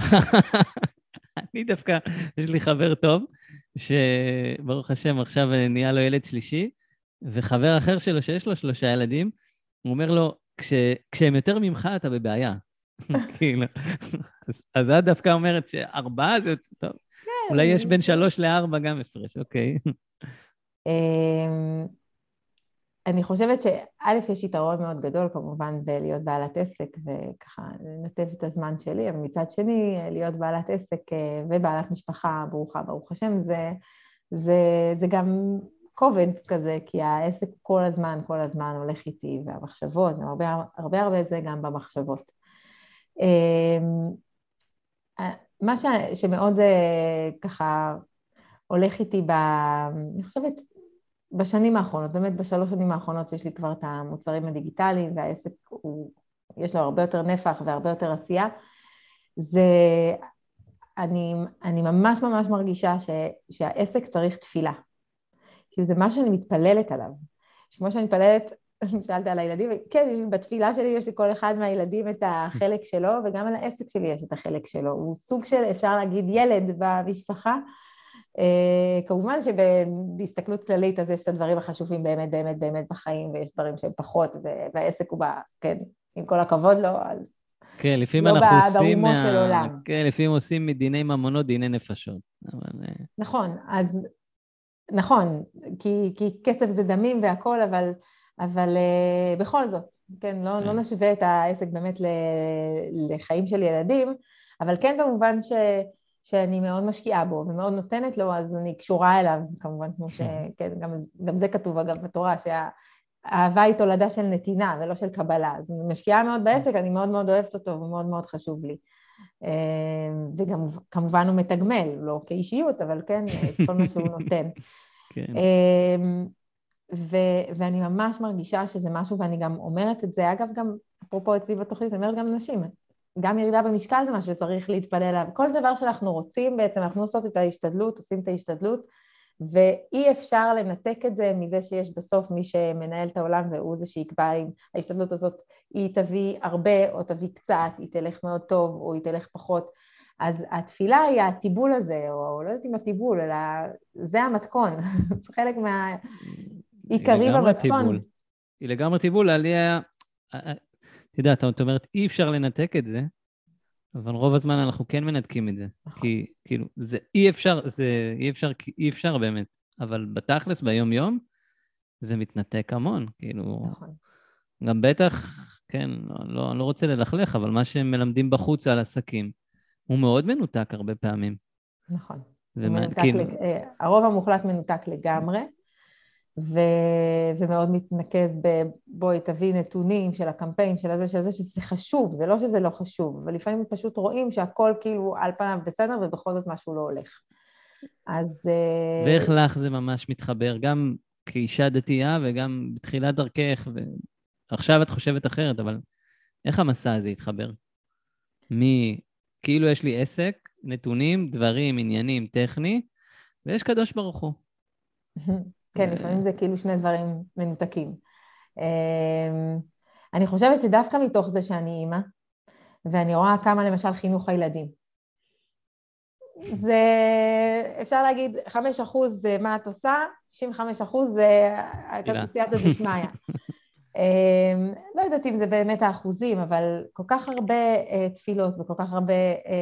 אני דווקא, יש לי חבר טוב, שברוך השם עכשיו נהיה לו ילד שלישי, וחבר אחר שלו שיש לו שלושה ילדים, הוא אומר לו, כש, כשהם יותר ממך אתה בבעיה. כאילו, אז, אז את דווקא אומרת שארבעה זה טוב. אולי יש בין שלוש לארבע גם הפרש, אוקיי. אני חושבת שא' יש יתרון מאוד גדול כמובן בלהיות בעלת עסק וככה לנתב את הזמן שלי, אבל מצד שני להיות בעלת עסק ובעלת משפחה ברוכה ברוך השם זה, זה, זה גם כובד כזה, כי העסק כל הזמן כל הזמן הולך איתי והמחשבות, הרבה הרבה הרבה זה גם במחשבות. מה ש, שמאוד ככה הולך איתי ב... אני חושבת בשנים האחרונות, באמת בשלוש שנים האחרונות יש לי כבר את המוצרים הדיגיטליים, והעסק הוא, יש לו הרבה יותר נפח והרבה יותר עשייה, זה, אני, אני ממש ממש מרגישה ש, שהעסק צריך תפילה. כאילו זה משהו שאני מתפללת עליו. שכמו שאני מתפללת, שאלת על הילדים, כן, בתפילה שלי יש לכל אחד מהילדים את החלק שלו, וגם על העסק שלי יש את החלק שלו. הוא סוג של, אפשר להגיד, ילד במשפחה. כמובן שבהסתכלות כללית, אז יש את הדברים החשובים באמת, באמת, באמת בחיים, ויש דברים שהם פחות, והעסק הוא בא, כן, עם כל הכבוד לו, אז כן, לפעמים לא אנחנו עושים, ברומו של מה... עולם. כן, לפעמים עושים מדיני ממונות, דיני נפשות. אבל... נכון, אז נכון, כי, כי כסף זה דמים והכל, אבל, אבל uh, בכל זאת, כן, לא, לא נשווה את העסק באמת ל, לחיים של ילדים, אבל כן במובן ש, שאני מאוד משקיעה בו ומאוד נותנת לו, אז אני קשורה אליו, כמובן, כמו שכן, גם, גם זה כתוב אגב בתורה, שהאהבה היא תולדה של נתינה ולא של קבלה, אז אני משקיעה מאוד בעסק, אני מאוד מאוד אוהבת אותו ומאוד מאוד חשוב לי. וגם כמובן הוא מתגמל, לא כאישיות, אבל כן, כל מה שהוא נותן. כן. ו- ואני ממש מרגישה שזה משהו, ואני גם אומרת את זה, אגב, גם אפרופו אצלי בתוכנית, אני אומרת גם נשים, גם ירידה במשקל זה משהו שצריך להתפלל עליו. כל דבר שאנחנו רוצים, בעצם אנחנו עושות את ההשתדלות, עושים את ההשתדלות, ואי אפשר לנתק את זה מזה שיש בסוף מי שמנהל את העולם, והוא זה שיקבע אם ההשתדלות הזאת היא תביא הרבה או תביא קצת, היא תלך מאוד טוב או היא תלך פחות. אז התפילה היא הטיבול הזה, או לא יודעת אם הטיבול, אלא זה המתכון, זה חלק מהעיקרי במתכון. היא לגמרי טיבול, עליה, אתה יודע, את אומרת, אי אפשר לנתק את זה, אבל רוב הזמן אנחנו כן מנתקים את זה, כי כאילו, זה אי אפשר, זה אי אפשר, אי אפשר באמת, אבל בתכלס, ביום יום, זה מתנתק המון, כאילו, גם בטח, כן, לא, לא רוצה ללכלך, אבל מה שהם מלמדים בחוץ על עסקים, הוא מאוד מנותק הרבה פעמים. נכון. ומה, כאילו... הרוב המוחלט מנותק לגמרי, ו... ומאוד מתנקז בבואי תביא נתונים של הקמפיין, של הזה, של זה, שזה חשוב, זה לא שזה לא חשוב, אבל לפעמים פשוט רואים שהכל כאילו על פניו בסדר, ובכל זאת משהו לא הולך. אז... ואיך לך זה ממש מתחבר, גם כאישה דתייה, וגם בתחילת דרכך, ועכשיו את חושבת אחרת, אבל איך המסע הזה יתחבר? מי... כאילו יש לי עסק, נתונים, דברים, עניינים, טכני, ויש קדוש ברוך הוא. כן, לפעמים זה כאילו שני דברים מנותקים. אני חושבת שדווקא מתוך זה שאני אימא, ואני רואה כמה למשל חינוך הילדים. זה, אפשר להגיד, חמישה אחוז זה מה את עושה, תשעים וחמישה אחוז זה סייעתא דשמיא. לא יודעת אם זה באמת האחוזים, אבל כל כך הרבה תפילות וכל כך הרבה,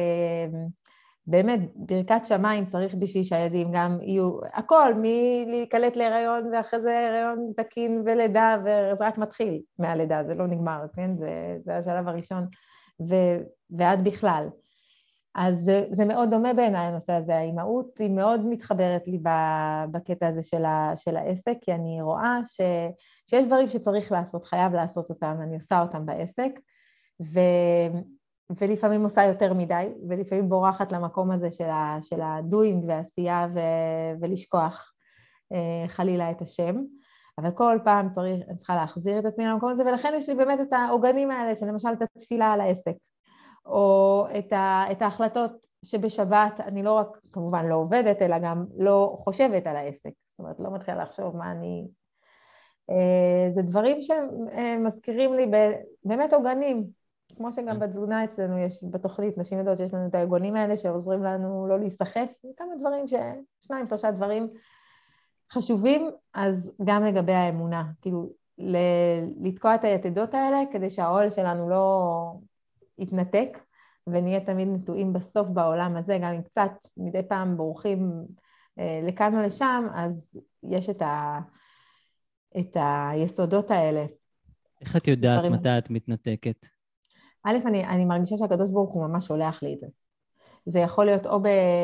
באמת ברכת שמיים צריך בשביל שהילדים גם יהיו, הכל, מלהיקלט להיריון ואחרי זה הריון תקין ולידה, וזה רק מתחיל מהלידה, זה לא נגמר, כן? זה, זה השלב הראשון, ו, ועד בכלל. אז זה, זה מאוד דומה בעיניי הנושא הזה, האימהות היא מאוד מתחברת לי בקטע הזה של, ה, של העסק, כי אני רואה ש, שיש דברים שצריך לעשות, חייב לעשות אותם, אני עושה אותם בעסק, ו, ולפעמים עושה יותר מדי, ולפעמים בורחת למקום הזה של, ה, של הדוינג והעשייה ו, ולשכוח חלילה את השם, אבל כל פעם צריך, אני צריכה להחזיר את עצמי למקום הזה, ולכן יש לי באמת את העוגנים האלה, שלמשל את התפילה על העסק, או את, ה, את ההחלטות שבשבת אני לא רק, כמובן לא עובדת, אלא גם לא חושבת על העסק. זאת אומרת, לא מתחילה לחשוב מה אני... זה דברים שמזכירים לי באמת עוגנים, כמו שגם בתזונה אצלנו יש בתוכנית, נשים יודעות שיש לנו את העוגנים האלה שעוזרים לנו לא להיסחף, כמה דברים, ש... שניים, שלושה דברים חשובים, אז גם לגבי האמונה, כאילו ל... לתקוע את היתדות האלה כדי שהעול שלנו לא... יתנתק, ונהיה תמיד נטועים בסוף בעולם הזה, גם אם קצת מדי פעם בורחים אה, לכאן או לשם, אז יש את, ה, את היסודות האלה. איך את יודעת דברים... מתי את מתנתקת? א', אני, אני מרגישה שהקדוש ברוך הוא ממש שולח לי את זה. זה יכול להיות או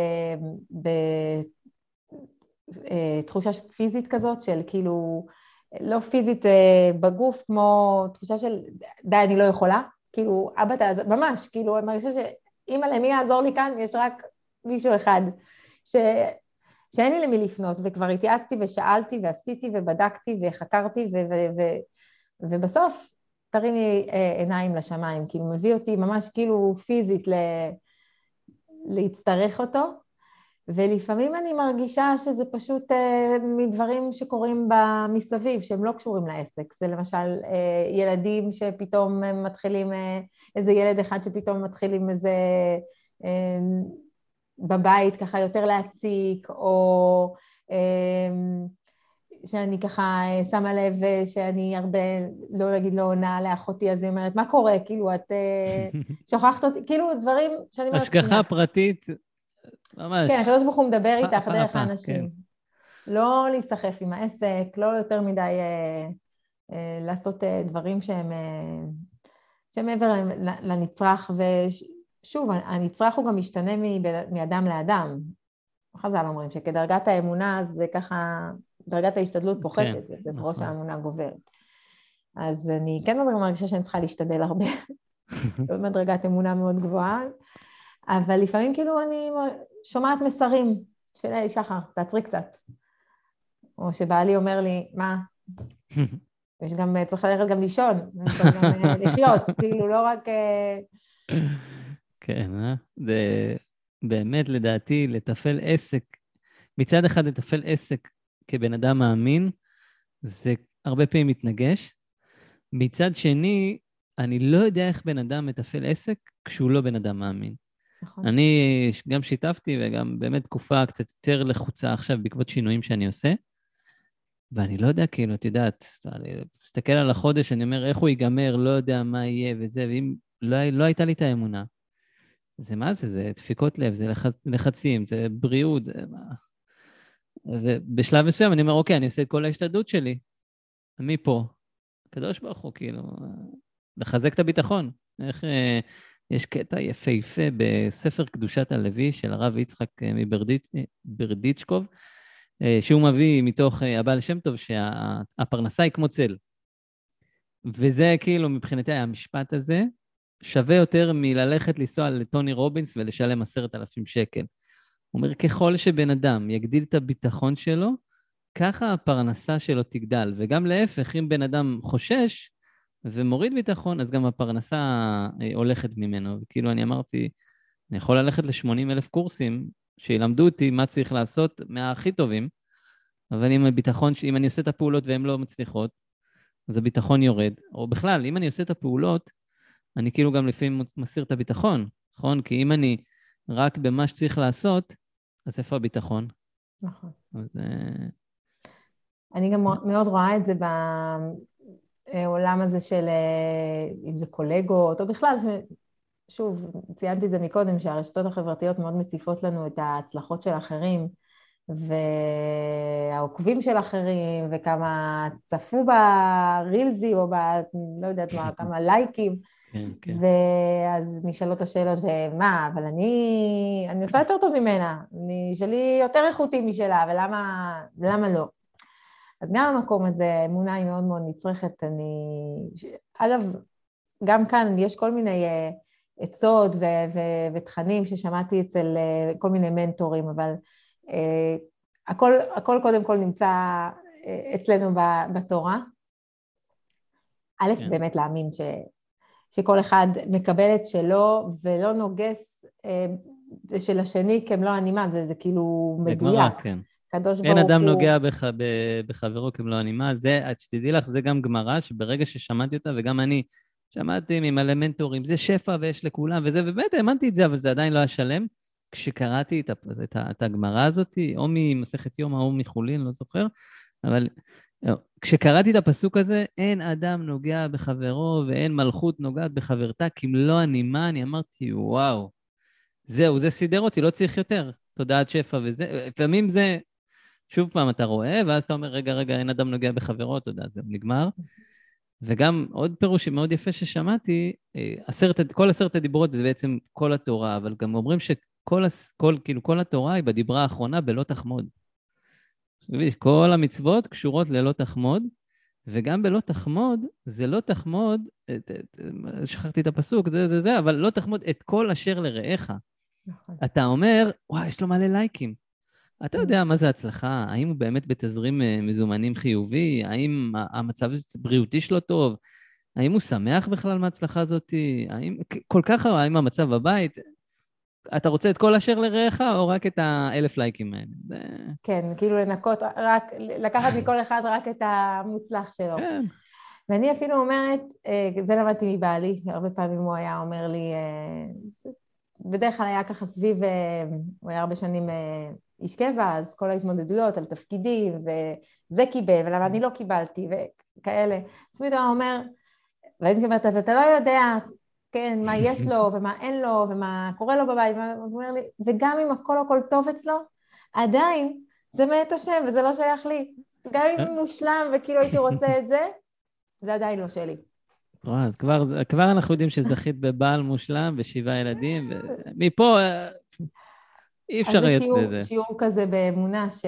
בתחושה פיזית כזאת, של כאילו, לא פיזית אה, בגוף, כמו תחושה של די, אני לא יכולה, כאילו, אבא תעזור, ממש, כאילו, אני מרגישה שאמא למי יעזור לי כאן, יש רק מישהו אחד, ש... שאין לי למי לפנות, וכבר התייעצתי ושאלתי ועשיתי ובדקתי וחקרתי, ו... ו... ו... ובסוף תרים לי עיניים לשמיים, כאילו, מביא אותי ממש כאילו פיזית ל... להצטרך אותו, ולפעמים אני מרגישה שזה פשוט אה, מדברים שקורים במסביב, שהם לא קשורים לעסק. זה למשל אה, ילדים שפתאום מתחילים, אה, איזה ילד אחד שפתאום מתחילים איזה אה, בבית ככה יותר להציק, או אה, שאני ככה שמה לב שאני הרבה, לא נגיד לא עונה לאחותי, אז היא אומרת, מה קורה? כאילו, את אה, שוכחת אותי, כאילו דברים שאני אומרת שנייה. השגחה פרטית, ממש. כן, הקדוש ברוך הוא מדבר פה, איתך פה, דרך פה, האנשים. כן. לא להסתחף עם העסק, לא יותר מדי אה, אה, לעשות אה, דברים שהם, אה, שהם מעבר לנצרך, ושוב, הנצרך הוא גם משתנה מב- מאדם לאדם. חז"ל אומרים שכדרגת האמונה זה ככה, דרגת ההשתדלות פוחתת, כן, וזה נכון. בראש האמונה גוברת. אז אני כן מרגישה שאני צריכה להשתדל הרבה, מדרגת אמונה מאוד גבוהה, אבל לפעמים כאילו אני שומעת מסרים של היי שחר, תעצרי קצת. או שבעלי אומר לי, מה? יש גם, צריך ללכת גם לישון, צריך גם לחיות, כאילו לא רק... כן, אה? זה באמת לדעתי לתפעל עסק, מצד אחד לתפעל עסק כבן אדם מאמין, זה הרבה פעמים מתנגש. מצד שני, אני לא יודע איך בן אדם מתפעל עסק כשהוא לא בן אדם מאמין. נכון. אני גם שיתפתי וגם באמת תקופה קצת יותר לחוצה עכשיו בעקבות שינויים שאני עושה, ואני לא יודע, כאילו, את יודעת, אני מסתכל על החודש, אני אומר, איך הוא ייגמר, לא יודע מה יהיה וזה, ואם לא, לא הייתה לי את האמונה, זה מה זה? זה דפיקות לב, זה לחצ... לחצים, זה בריאות, זה מה... ובשלב מסוים אני אומר, אוקיי, אני עושה את כל ההשתדלות שלי, מפה, קדוש ברוך הוא, כאילו, לחזק את הביטחון. איך, אה, יש קטע יפהפה בספר קדושת הלוי של הרב יצחק מברדיצ'קוב, שהוא מביא מתוך הבעל שם טוב שהפרנסה היא כמו צל. וזה כאילו מבחינתי המשפט הזה, שווה יותר מללכת לנסוע לטוני רובינס ולשלם עשרת אלפים שקל. הוא אומר, ככל שבן אדם יגדיל את הביטחון שלו, ככה הפרנסה שלו תגדל. וגם להפך, אם בן אדם חושש ומוריד ביטחון, אז גם הפרנסה הולכת ממנו. וכאילו אני אמרתי, אני יכול ללכת ל-שמונים אלף קורסים, שילמדו אותי מה צריך לעשות מהכי טובים, אבל אם הביטחון, אם אני עושה את הפעולות והן לא מצליחות, אז הביטחון יורד. או בכלל, אם אני עושה את הפעולות, אני כאילו גם לפעמים מסיר את הביטחון, נכון? כי אם אני רק במה שצריך לעשות, אז איפה הביטחון? נכון. אז... אני גם מאוד רואה את זה בעולם הזה של, אם זה קולגות, או בכלל, שוב, ציינתי את זה מקודם, שהרשתות החברתיות מאוד מציפות לנו את ההצלחות של אחרים, והעוקבים של אחרים, וכמה צפו ברילזי, או ב... לא יודעת מה, כמה לייקים, כן, כן. ואז נשאלות השאלות, ומה, אבל אני, אני עושה יותר טוב ממנה, אני, שלי יותר איכותי משלה, ולמה, ולמה לא? אז גם המקום הזה, האמונה היא מאוד מאוד נצרכת, אני, אגב, גם כאן יש כל מיני עצות ו- ו- ותכנים ששמעתי אצל כל מיני מנטורים, אבל uh, הכל, הכל קודם כל נמצא uh, אצלנו בתורה. א', כן. באמת להאמין ש, שכל אחד מקבל את שלו, ולא נוגס uh, של השני כמלוא הנימה, זה, זה כאילו מדויק. בגמרא, כן. קדוש ברוך אין הוא... אדם נוגע בח... בחברו כמלוא הנימה, זה, את שתדעי לך, זה גם גמרא, שברגע ששמעתי אותה, וגם אני שמעתי ממלא מנטורים, זה שפע ויש לכולם, וזה, ובאמת האמנתי את זה, אבל זה עדיין לא השלם. כשקראתי את, את, את הגמרא הזאת, או ממסכת יומא או מחולין, לא זוכר, אבל כשקראתי את הפסוק הזה, אין אדם נוגע בחברו, ואין מלכות נוגעת בחברתה, כמלוא הנימה, אני אמרתי, וואו, זהו, זה סידר אותי, לא צריך יותר, תודעת שפע וזה, לפעמים זה, שוב פעם אתה רואה, ואז אתה אומר, רגע, רגע, אין אדם נוגע בחברו, תודה, זהו, נגמר. וגם עוד פירוש מאוד יפה ששמעתי, עשרת, כל עשרת הדיברות זה בעצם כל התורה, אבל גם אומרים שכל כל, כאילו, כל התורה היא בדיברה האחרונה בלא תחמוד. כל המצוות קשורות ללא תחמוד, וגם בלא תחמוד, זה לא תחמוד, שכחתי את הפסוק, זה זה זה, אבל לא תחמוד את כל אשר לרעך. נכון. אתה אומר, וואי, יש לו מלא לייקים. אתה יודע מה זה הצלחה? האם הוא באמת בתזרים מזומנים חיובי? האם המצב הבריאותי שלו טוב? האם הוא שמח בכלל מההצלחה הזאת? האם כל כך, האם המצב בבית? אתה רוצה את כל אשר לרעך, או רק את האלף לייקים האלה? זה... כן, כאילו לנקות, רק, לקחת מכל אחד רק את המוצלח שלו. כן. ואני אפילו אומרת, זה למדתי מבעלי, הרבה פעמים הוא היה אומר לי, בדרך כלל היה ככה סביב, הוא היה הרבה שנים איש קבע, אז כל ההתמודדויות על תפקידים, וזה קיבל, ולמה אני לא קיבלתי, וכאלה. אז תמיד הוא אומר, ואני אומרת, אתה לא יודע, כן, מה יש לו, ומה אין לו, ומה קורה לו בבית, הוא אומר לי, וגם אם הכל הכל טוב אצלו, עדיין זה מאת השם, וזה לא שייך לי. גם אם הוא מושלם, וכאילו הייתי רוצה את זה, זה עדיין לא שלי. אז כבר, כבר אנחנו יודעים שזכית בבעל מושלם, בשבעה ילדים, ומפה אי אפשר להיות לזה. אז זה שיעור כזה באמונה, ש,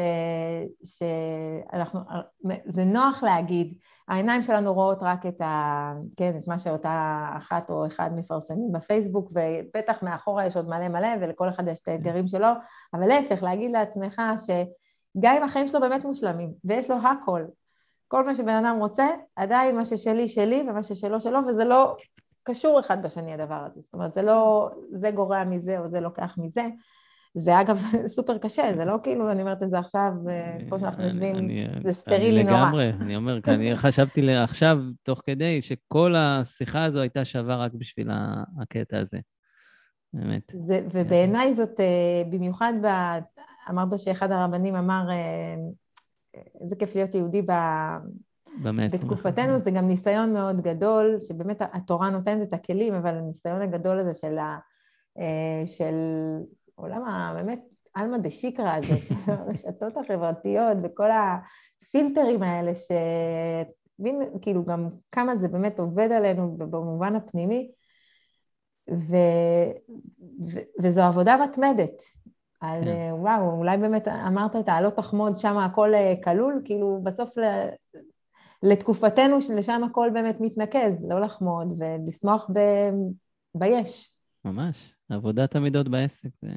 שאנחנו, זה נוח להגיד, העיניים שלנו רואות רק את, ה, כן, את מה שאותה אחת או אחד מפרסמים בפייסבוק, ובטח מאחורה יש עוד מלא מלא, ולכל אחד יש את האתגרים שלו, אבל להפך, להגיד לעצמך שגם אם החיים שלו באמת מושלמים, ויש לו הכל, כל מה שבן אדם רוצה, עדיין מה ששלי שלי, ומה ששלו שלו, וזה לא קשור אחד בשני הדבר הזה. זאת אומרת, זה לא, זה גורע מזה, או זה לוקח מזה. זה אגב סופר קשה, זה לא כאילו, אני אומרת את זה עכשיו, פה שאנחנו יושבים, זה סטרילי נורא. אני לגמרי, אני אומר, אני חשבתי עכשיו, תוך כדי, שכל השיחה הזו הייתה שווה רק בשביל הקטע הזה. באמת. ובעיניי זאת, במיוחד, אמרת שאחד הרבנים אמר, איזה כיף להיות יהודי בתקופתנו, זה גם ניסיון מאוד גדול, שבאמת התורה נותנת את הכלים, אבל הניסיון הגדול הזה של, של עולם הבאמת אלמה דשיקרא הזה, של הרשתות החברתיות, וכל הפילטרים האלה, שבין כאילו גם כמה זה באמת עובד עלינו במובן הפנימי, ו, ו, וזו עבודה מתמדת. על, yeah. וואו, אולי באמת אמרת את העלות תחמוד, שם הכל כלול, כאילו בסוף ל, לתקופתנו, לשם הכל באמת מתנקז, לא לחמוד ולשמוח ב, ביש. ממש, עבודת המידות בעסק, זה,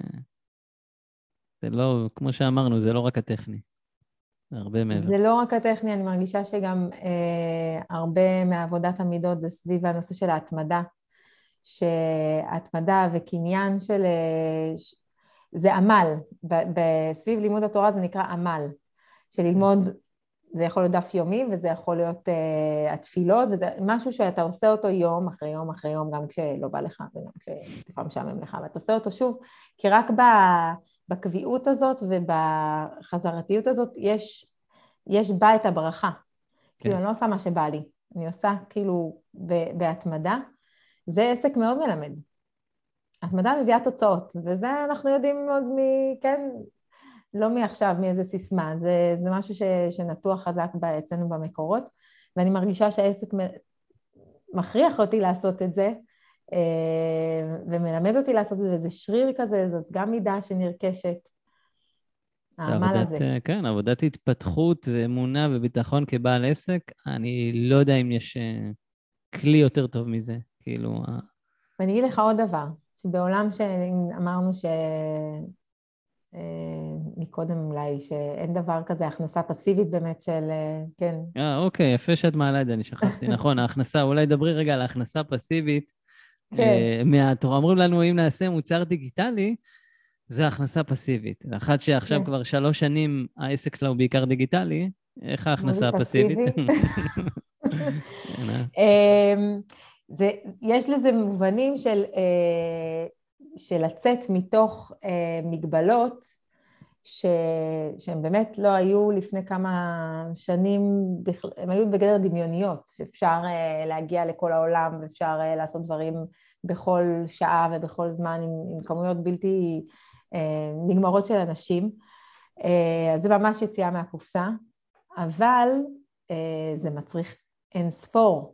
זה לא, כמו שאמרנו, זה לא רק הטכני, זה הרבה מעבר. זה לא רק הטכני, אני מרגישה שגם אה, הרבה מעבודת המידות זה סביב הנושא של ההתמדה, שההתמדה וקניין של... ש, זה עמל, בסביב לימוד התורה זה נקרא עמל, שללמוד, זה יכול להיות דף יומי, וזה יכול להיות uh, התפילות, וזה משהו שאתה עושה אותו יום אחרי יום אחרי יום, גם כשלא בא לך, וגם כשטיפה משעמם לך, ואתה עושה אותו שוב, כי רק בקביעות הזאת ובחזרתיות הזאת, יש, יש בה את הברכה. כן. כאילו, אני לא עושה מה שבא לי, אני עושה כאילו בהתמדה, זה עסק מאוד מלמד. התמדה מביאה תוצאות, וזה אנחנו יודעים עוד מ... כן, לא מעכשיו, מאיזה סיסמה, זה, זה משהו ש, שנתוח חזק אצלנו במקורות, ואני מרגישה שהעסק מכריח אותי לעשות את זה, ומלמד אותי לעשות את זה, וזה שריר כזה, זאת גם מידה שנרכשת, העמל הזה. כן, עבודת התפתחות ואמונה וביטחון כבעל עסק, אני לא יודע אם יש כלי יותר טוב מזה, כאילו... ואני אגיד לך עוד דבר, שבעולם שאמרנו ש... מקודם אולי, שאין דבר כזה, הכנסה פסיבית באמת של, כן. אה, אוקיי, יפה שאת מעלה את זה, אני שכחתי, נכון, ההכנסה, אולי דברי רגע על ההכנסה פסיבית, כן. מהתורה, אומרים לנו, אם נעשה מוצר דיגיטלי, זה הכנסה פסיבית. אחת שעכשיו כן. כבר שלוש שנים, העסק שלה הוא בעיקר דיגיטלי, איך ההכנסה הפסיבית? זה, יש לזה מובנים של, של לצאת מתוך מגבלות, ש, שהם באמת לא היו לפני כמה שנים, הם היו בגדר דמיוניות, שאפשר להגיע לכל העולם, ואפשר לעשות דברים בכל שעה ובכל זמן, עם, עם כמויות בלתי נגמרות של אנשים. אז זה ממש יציאה מהקופסה, אבל זה מצריך אין ספור.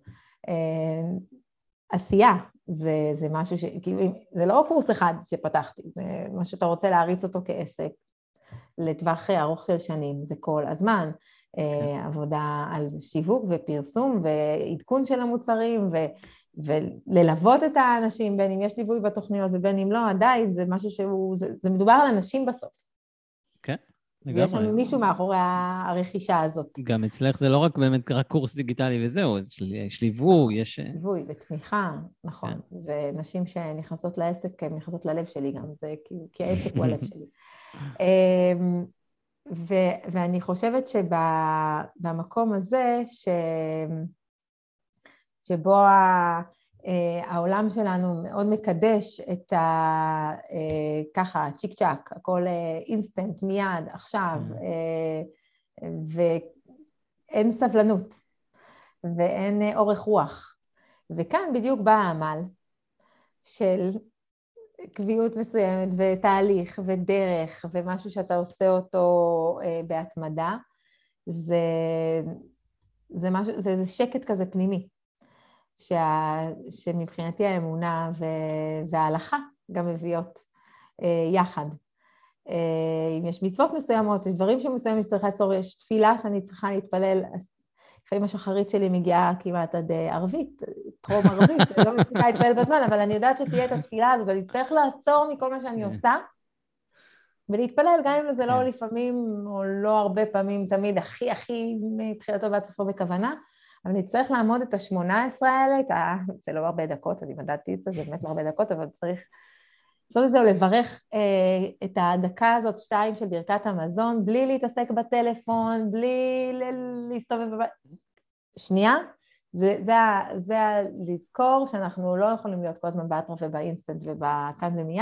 עשייה, זה, זה משהו ש... כאילו, זה לא קורס אחד שפתחתי, זה מה שאתה רוצה להריץ אותו כעסק, לטווח ארוך של שנים, זה כל הזמן, okay. עבודה על שיווק ופרסום ועדכון של המוצרים, ו... וללוות את האנשים, בין אם יש ליווי בתוכניות ובין אם לא, עדיין זה משהו שהוא, זה, זה מדובר על אנשים בסוף. כן. לגמרי. יש שם מישהו מאחורי הרכישה הזאת. גם אצלך זה לא רק באמת רק קורס דיגיטלי וזהו, יש ליווי, יש... ליווי ותמיכה, נכון. ונשים שנכנסות לעסק, הן נכנסות ללב שלי גם, זה כי העסק הוא הלב שלי. ואני חושבת שבמקום הזה, שבו העולם שלנו מאוד מקדש את ה... ככה, צ'יק צ'ק, הכל אינסטנט, מיד, עכשיו, ואין סבלנות, ואין אורך רוח. וכאן בדיוק בא העמל של קביעות מסוימת, ותהליך, ודרך, ומשהו שאתה עושה אותו בהתמדה, זה, זה, משהו, זה, זה שקט כזה פנימי. שה, שמבחינתי האמונה וההלכה גם מביאות אה, יחד. אה, אם יש מצוות מסוימות, יש דברים שמסוימים שצריך לעצור, יש תפילה שאני צריכה להתפלל, לפעמים השחרית שלי מגיעה כמעט עד ערבית, טרום ערבית, אני לא מספיקה להתפלל בזמן, אבל אני יודעת שתהיה את התפילה הזאת, אני צריך לעצור מכל מה שאני עושה, ולהתפלל, גם אם זה לא לפעמים, או לא הרבה פעמים, תמיד הכי הכי מתחילתו ועד סופו בכוונה, אבל אני צריך לעמוד את ה-שמונה עשרה האלה, את ה... זה לא הרבה דקות, אני מדעתי את זה, זה באמת לא הרבה דקות, אבל צריך לעשות את זה, או לברך אה, את הדקה הזאת, שתיים של ברכת המזון, בלי להתעסק בטלפון, בלי ל- להסתובב בבית. שנייה, זה, זה, זה לזכור שאנחנו לא יכולים להיות כל הזמן באטרף ובאינסטנט ובכאן ומיד.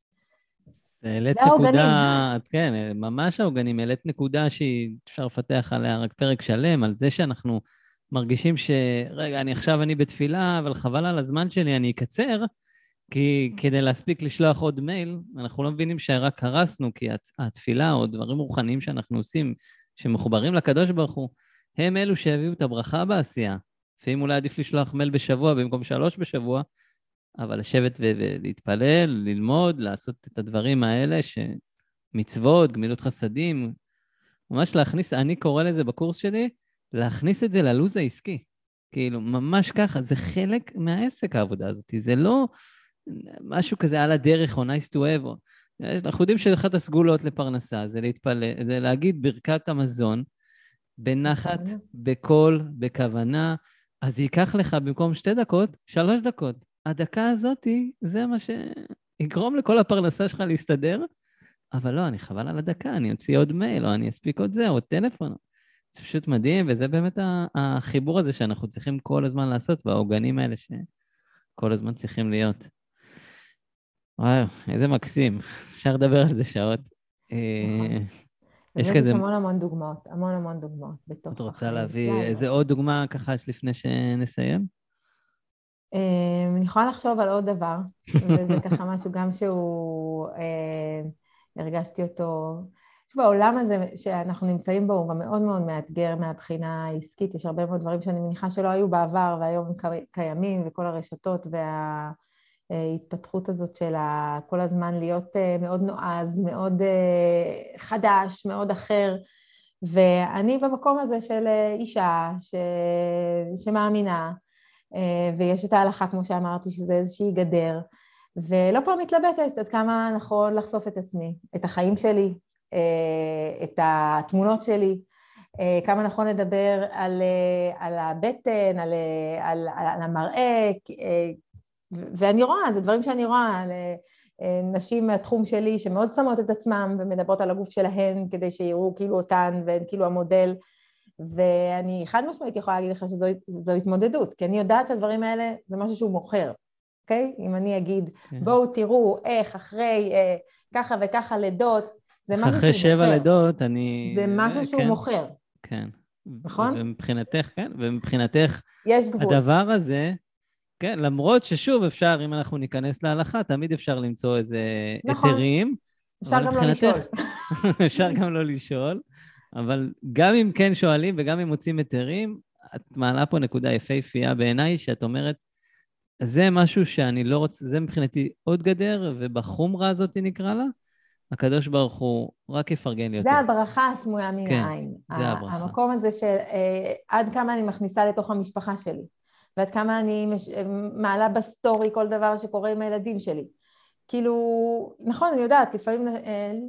זה העוגנים. כן, ממש העוגנים, העלית נקודה שאפשר לפתח עליה רק פרק שלם, על זה שאנחנו מרגישים שרגע, אני עכשיו אני בתפילה, אבל חבל על הזמן שלי, אני אקצר, כי כדי להספיק לשלוח עוד מייל, אנחנו לא מבינים שרק הרסנו, כי התפילה או דברים רוחניים שאנחנו עושים, שמחוברים לקדוש ברוך הוא, הם אלו שהביאו את הברכה בעשייה. לפעמים אולי עדיף לשלוח מייל בשבוע במקום שלוש בשבוע, אבל לשבת ולהתפלל, ללמוד, לעשות את הדברים האלה, שמצוות, גמילות חסדים, ממש להכניס, אני קורא לזה בקורס שלי, להכניס את זה ללוז העסקי. כאילו, ממש ככה, זה חלק מהעסק העבודה הזאת. זה לא משהו כזה על הדרך או nice to have. או... אנחנו יודעים שאחת הסגולות לפרנסה, זה להתפלל, זה להגיד ברכת המזון, בנחת, בקול, בכוונה, אז ייקח לך במקום שתי דקות, שלוש דקות. הדקה הזאת, זה מה שיגרום לכל הפרנסה שלך להסתדר, אבל לא, אני חבל על הדקה, אני אוציא עוד מייל, או אני אספיק עוד זה, עוד טלפון. זה פשוט מדהים, וזה באמת החיבור הזה שאנחנו צריכים כל הזמן לעשות, והעוגנים האלה שכל הזמן צריכים להיות. וואו, איזה מקסים. אפשר לדבר על זה שעות. נכון. יש המון המון דוגמאות, המון המון דוגמאות בתוך. את רוצה להביא איזה עוד דוגמה ככה לפני שנסיים? אני יכולה לחשוב על עוד דבר, וזה ככה משהו גם שהוא, הרגשתי אותו, בעולם הזה שאנחנו נמצאים בו הוא גם מאוד מאוד מאתגר מהבחינה העסקית, יש הרבה מאוד דברים שאני מניחה שלא היו בעבר והיום הם קיימים, וכל הרשתות וההתפתחות הזאת של כל הזמן להיות מאוד נועז, מאוד חדש, מאוד אחר, ואני במקום הזה של אישה ש... שמאמינה, ויש את ההלכה כמו שאמרתי שזה איזושהי גדר, ולא פעם מתלבטת עד כמה נכון לחשוף את עצמי, את החיים שלי, את התמונות שלי, כמה נכון לדבר על, על הבטן, על, על, על המראה, ואני רואה, זה דברים שאני רואה, נשים מהתחום שלי שמאוד שמות את עצמם ומדברות על הגוף שלהן כדי שיראו כאילו אותן והן כאילו המודל, ואני חד משמעית יכולה להגיד לך שזו התמודדות, כי אני יודעת שהדברים האלה זה משהו שהוא מוכר, אוקיי? אם אני אגיד, בואו תראו איך אחרי ככה וככה לידות, אחרי שבע לידות, אני... זה משהו שהוא מוכר. כן. נכון? ומבחינתך, כן, ומבחינתך, יש גבול. הדבר הזה, כן, למרות ששוב אפשר, אם אנחנו ניכנס להלכה, תמיד אפשר למצוא איזה היתרים. אפשר גם לא לשאול. אפשר גם לא לשאול, אבל גם אם כן שואלים וגם אם מוצאים היתרים, את מעלה פה נקודה יפהפייה בעיניי, שאת אומרת, זה משהו שאני לא רוצה, זה מבחינתי עוד גדר, ובחומרה הזאת נקרא לה, הקדוש ברוך הוא רק יפרגן לי יותר. זה הברכה הסמויה מן העין. זה הברכה. המקום הזה של עד כמה אני מכניסה לתוך המשפחה שלי, ועד כמה אני מעלה בסטורי כל דבר שקורה עם הילדים שלי. כאילו, נכון, אני יודעת, לפעמים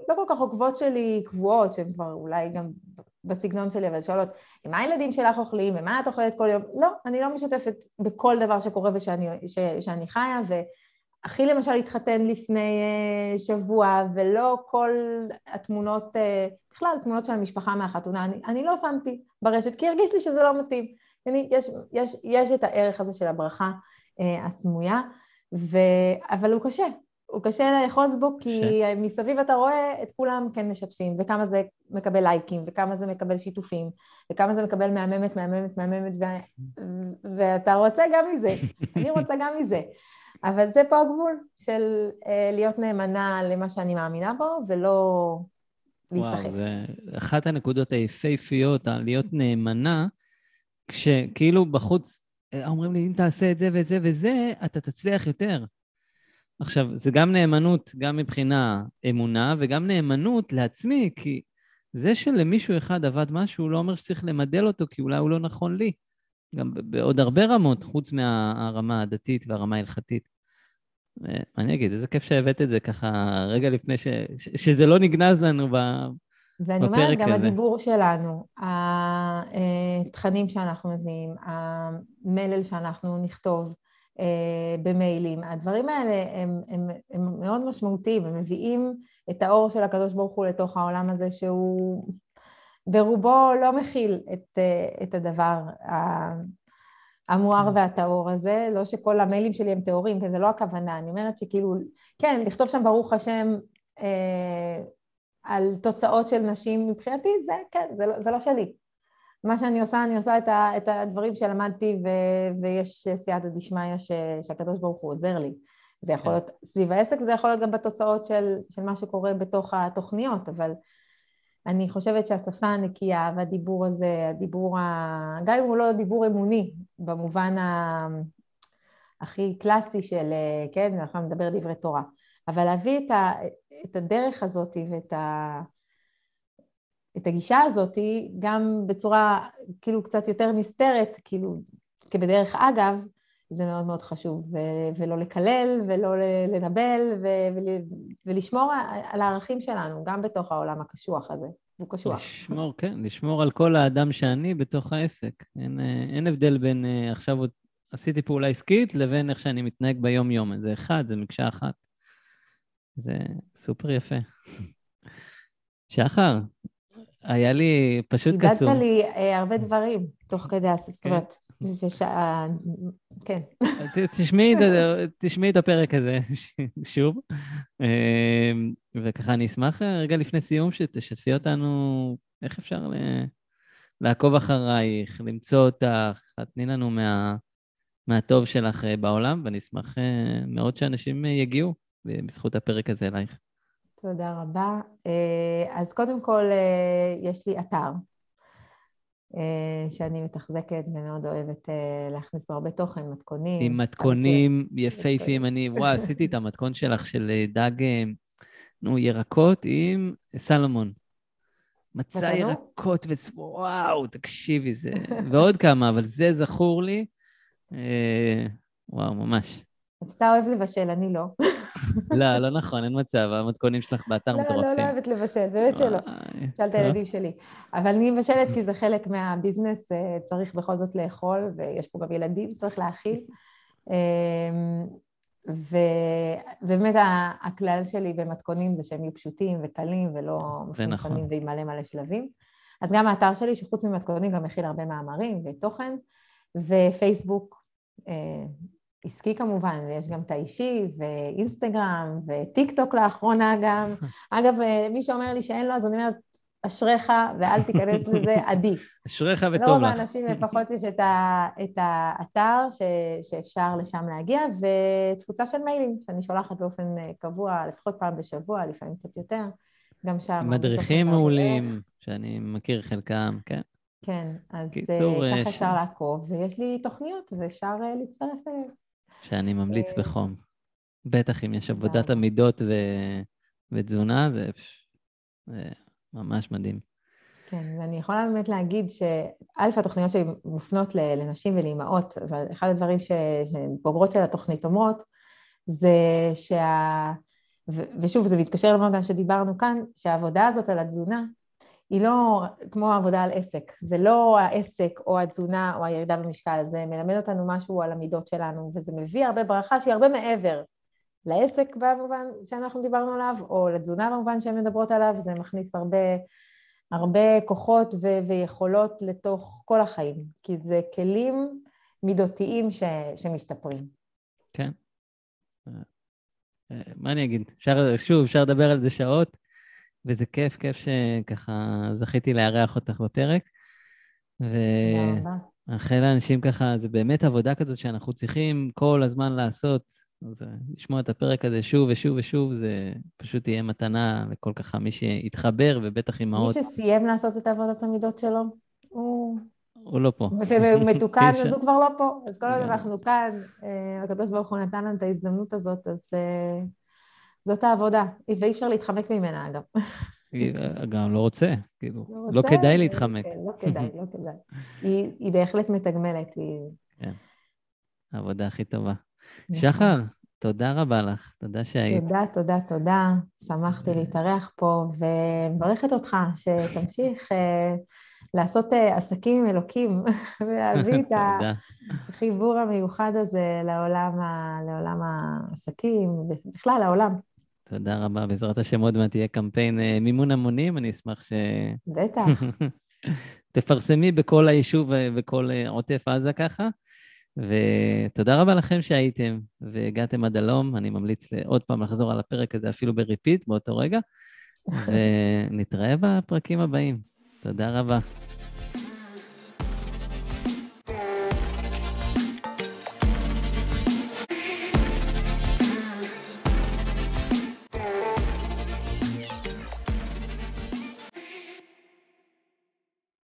לא כל כך עוקבות שלי קבועות, שהן כבר אולי גם בסגנון שלי, אבל שואלות, מה הילדים שלך אוכלים, ומה את אוכלת כל יום? לא, אני לא משתפת בכל דבר שקורה ושאני, ש, שאני חיה, ואחי למשל התחתן לפני שבוע, ולא כל התמונות, בכלל תמונות של המשפחה מהחתונה, אני, אני לא שמתי ברשת, כי הרגיש לי שזה לא מתאים. אני, יש, יש, יש את הערך הזה של הברכה הסמויה, ו, אבל הוא קשה. הוא קשה לאחוז בו, כי מסביב אתה רואה את כולם כן משתפים, וכמה זה מקבל לייקים, וכמה זה מקבל שיתופים, וכמה זה מקבל מהממת, מהממת, מהממת, ואתה רוצה גם מזה, אני רוצה גם מזה. אבל זה פה הגבול של להיות נאמנה למה שאני מאמינה בו, ולא להסתחף. וואו, זה אחת הנקודות היפהפיות, להיות נאמנה, כשכאילו בחוץ אומרים לי, אם תעשה את זה וזה וזה, אתה תצליח יותר. עכשיו, זה גם נאמנות, גם מבחינה אמונה, וגם נאמנות לעצמי, כי זה שלמישהו אחד עבד משהו, לא אומר שצריך למדל אותו, כי אולי הוא לא נכון לי. גם בעוד הרבה רמות, חוץ מהרמה הדתית והרמה ההלכתית. ואני אגיד, איזה כיף שהבאת את זה ככה, רגע לפני ש... ש... שזה לא נגנז לנו ב... ואני אומרת, גם הדיבור שלנו, התכנים שאנחנו מביאים, המלל שאנחנו נכתוב, במיילים. הדברים האלה הם, הם, הם מאוד משמעותיים, הם מביאים את האור של הקדוש ברוך הוא לתוך העולם הזה, שהוא ברובו לא מכיל את, את הדבר המואר והטהור הזה, לא שכל המיילים שלי הם טהורים, כי זה לא הכוונה, אני אומרת שכאילו, כן, לכתוב שם ברוך השם אה, על תוצאות של נשים, מבחינתי זה, כן, זה לא, זה לא שלי. מה שאני עושה, אני עושה את, ה, את הדברים שלמדתי, ו, ויש סייעתא דשמיא ש, שהקדוש ברוך הוא עוזר לי. זה יכול להיות סביב העסק, זה יכול להיות גם בתוצאות של, של מה שקורה בתוך התוכניות, אבל אני חושבת שהשפה הנקייה והדיבור הזה, הדיבור, ה... גם אם הוא לא דיבור אמוני, במובן ה... הכי קלאסי של, כן, אנחנו נדבר דברי תורה, אבל להביא את, ה... את הדרך הזאת ואת ה... את הגישה הזאת, גם בצורה כאילו קצת יותר נסתרת, כאילו כבדרך אגב, זה מאוד מאוד חשוב, ו- ולא לקלל, ולא לנבל, ו- ו- ולשמור על הערכים שלנו, גם בתוך העולם הקשוח הזה. הוא קשוח. לשמור, כן, לשמור על כל האדם שאני בתוך העסק. אין, אין הבדל בין עכשיו עשיתי פעולה עסקית, לבין איך שאני מתנהג ביום יום. זה אחד, זה מקשה אחת. זה סופר יפה. שחר, היה לי פשוט קסום. חידדת לי אה, הרבה דברים, תוך כדי הססטרות. ששעה, כן. תשמעי את הפרק הזה שוב, וככה אני אשמח רגע לפני סיום שתשתפי אותנו איך אפשר לעקוב אחרייך, למצוא אותך, תני לנו מה, מהטוב שלך בעולם, ואני אשמח מאוד שאנשים יגיעו בזכות הפרק הזה אלייך. תודה רבה. אז קודם כל יש לי אתר, שאני מתחזקת ומאוד אוהבת להכניס בו הרבה תוכן, מתכונים. עם מתכונים יפהפיים, אני, וואו, עשיתי את המתכון שלך של דג, נו, ירקות עם סלומון. מצא ירקות, וואו, תקשיבי, זה, ועוד כמה, אבל זה זכור לי, וואו, ממש. אז אתה אוהב לבשל, אני לא. לא, לא נכון, אין מצב, המתכונים שלך באתר מטורפים. לא, לא אוהבת לבשל, באמת שלא. שאלת הילדים שלי. אבל אני מבשלת כי זה חלק מהביזנס, צריך בכל זאת לאכול, ויש פה גם ילדים שצריך להאכיל. ובאמת הכלל שלי במתכונים זה שהם יהיו פשוטים וקלים, ולא מפונפנים ועם מלא מלא שלבים. אז גם האתר שלי, שחוץ ממתכונים גם מכיל הרבה מאמרים ותוכן, ופייסבוק, עסקי כמובן, ויש גם את האישי, ואינסטגרם, וטיק טוק לאחרונה גם. אגב, מי שאומר לי שאין לו, אז אני אומרת, אשריך, ואל תיכנס לזה, עדיף. אשריך וטוב לך. לרוב האנשים לפחות יש את, ה, את האתר ש, שאפשר לשם להגיע, ותפוצה של מיילים, שאני שולחת באופן קבוע, לפחות פעם בשבוע, לפעמים קצת יותר, גם שם. מדריכים מעולים, שאני מכיר חלקם, כן. כן, אז קיצור, ככה אפשר לעקוב, ויש לי תוכניות, ואפשר להצטרף אליהם. שאני ממליץ בחום. בטח אם יש עבודת המידות ו... ותזונה, זה... זה ממש מדהים. כן, ואני יכולה באמת להגיד שאלף התוכניות שלי מופנות לנשים ולאימהות, אבל אחד הדברים שבוגרות של התוכנית אומרות, זה ו- ושוב, זה מתקשר למה שדיברנו כאן, שהעבודה הזאת על התזונה, היא לא כמו העבודה על עסק, זה לא העסק או התזונה או הירידה במשקל, זה מלמד אותנו משהו על המידות שלנו, וזה מביא הרבה ברכה שהיא הרבה מעבר לעסק במובן שאנחנו דיברנו עליו, או לתזונה במובן שהן מדברות עליו, זה מכניס הרבה, הרבה כוחות ו- ויכולות לתוך כל החיים, כי זה כלים מידותיים ש- שמשתפרים. כן. מה אני אגיד? אפשר, שוב, אפשר לדבר על זה שעות, וזה כיף, כיף שככה זכיתי לארח אותך בפרק. ואחרי לאנשים ככה, זה באמת עבודה כזאת שאנחנו צריכים כל הזמן לעשות. אז לשמוע את הפרק הזה שוב ושוב ושוב, זה פשוט יהיה מתנה לכל ככה מי שיתחבר, ובטח אמהות. מי שסיים לעשות את עבודת המידות שלו, הוא... הוא לא פה. מתוקן, אז הוא כבר לא פה. אז כל עוד אנחנו כאן, הקדוש ברוך הוא נתן לנו את ההזדמנות הזאת, אז זאת העבודה. ואי אפשר להתחמק ממנה, אגב. גם לא רוצה, כאילו, לא כדאי להתחמק. לא כדאי, לא כדאי. היא בהחלט מתגמלת. כן, העבודה הכי טובה. שחר, תודה רבה לך, תודה שהיית. תודה, תודה, תודה. שמחתי להתארח פה, ומברכת אותך שתמשיך לעשות עסקים עם אלוקים, ולהביא את החיבור המיוחד הזה לעולם העסקים, ובכלל לעולם. תודה רבה, בעזרת השם עוד מעט תהיה קמפיין מימון המונים, אני אשמח ש... בטח. תפרסמי בכל היישוב ובכל עוטף עזה ככה, ותודה רבה לכם שהייתם והגעתם עד הלום, אני ממליץ עוד פעם לחזור על הפרק הזה אפילו בריפיט באותו רגע, ונתראה בפרקים הבאים. תודה רבה.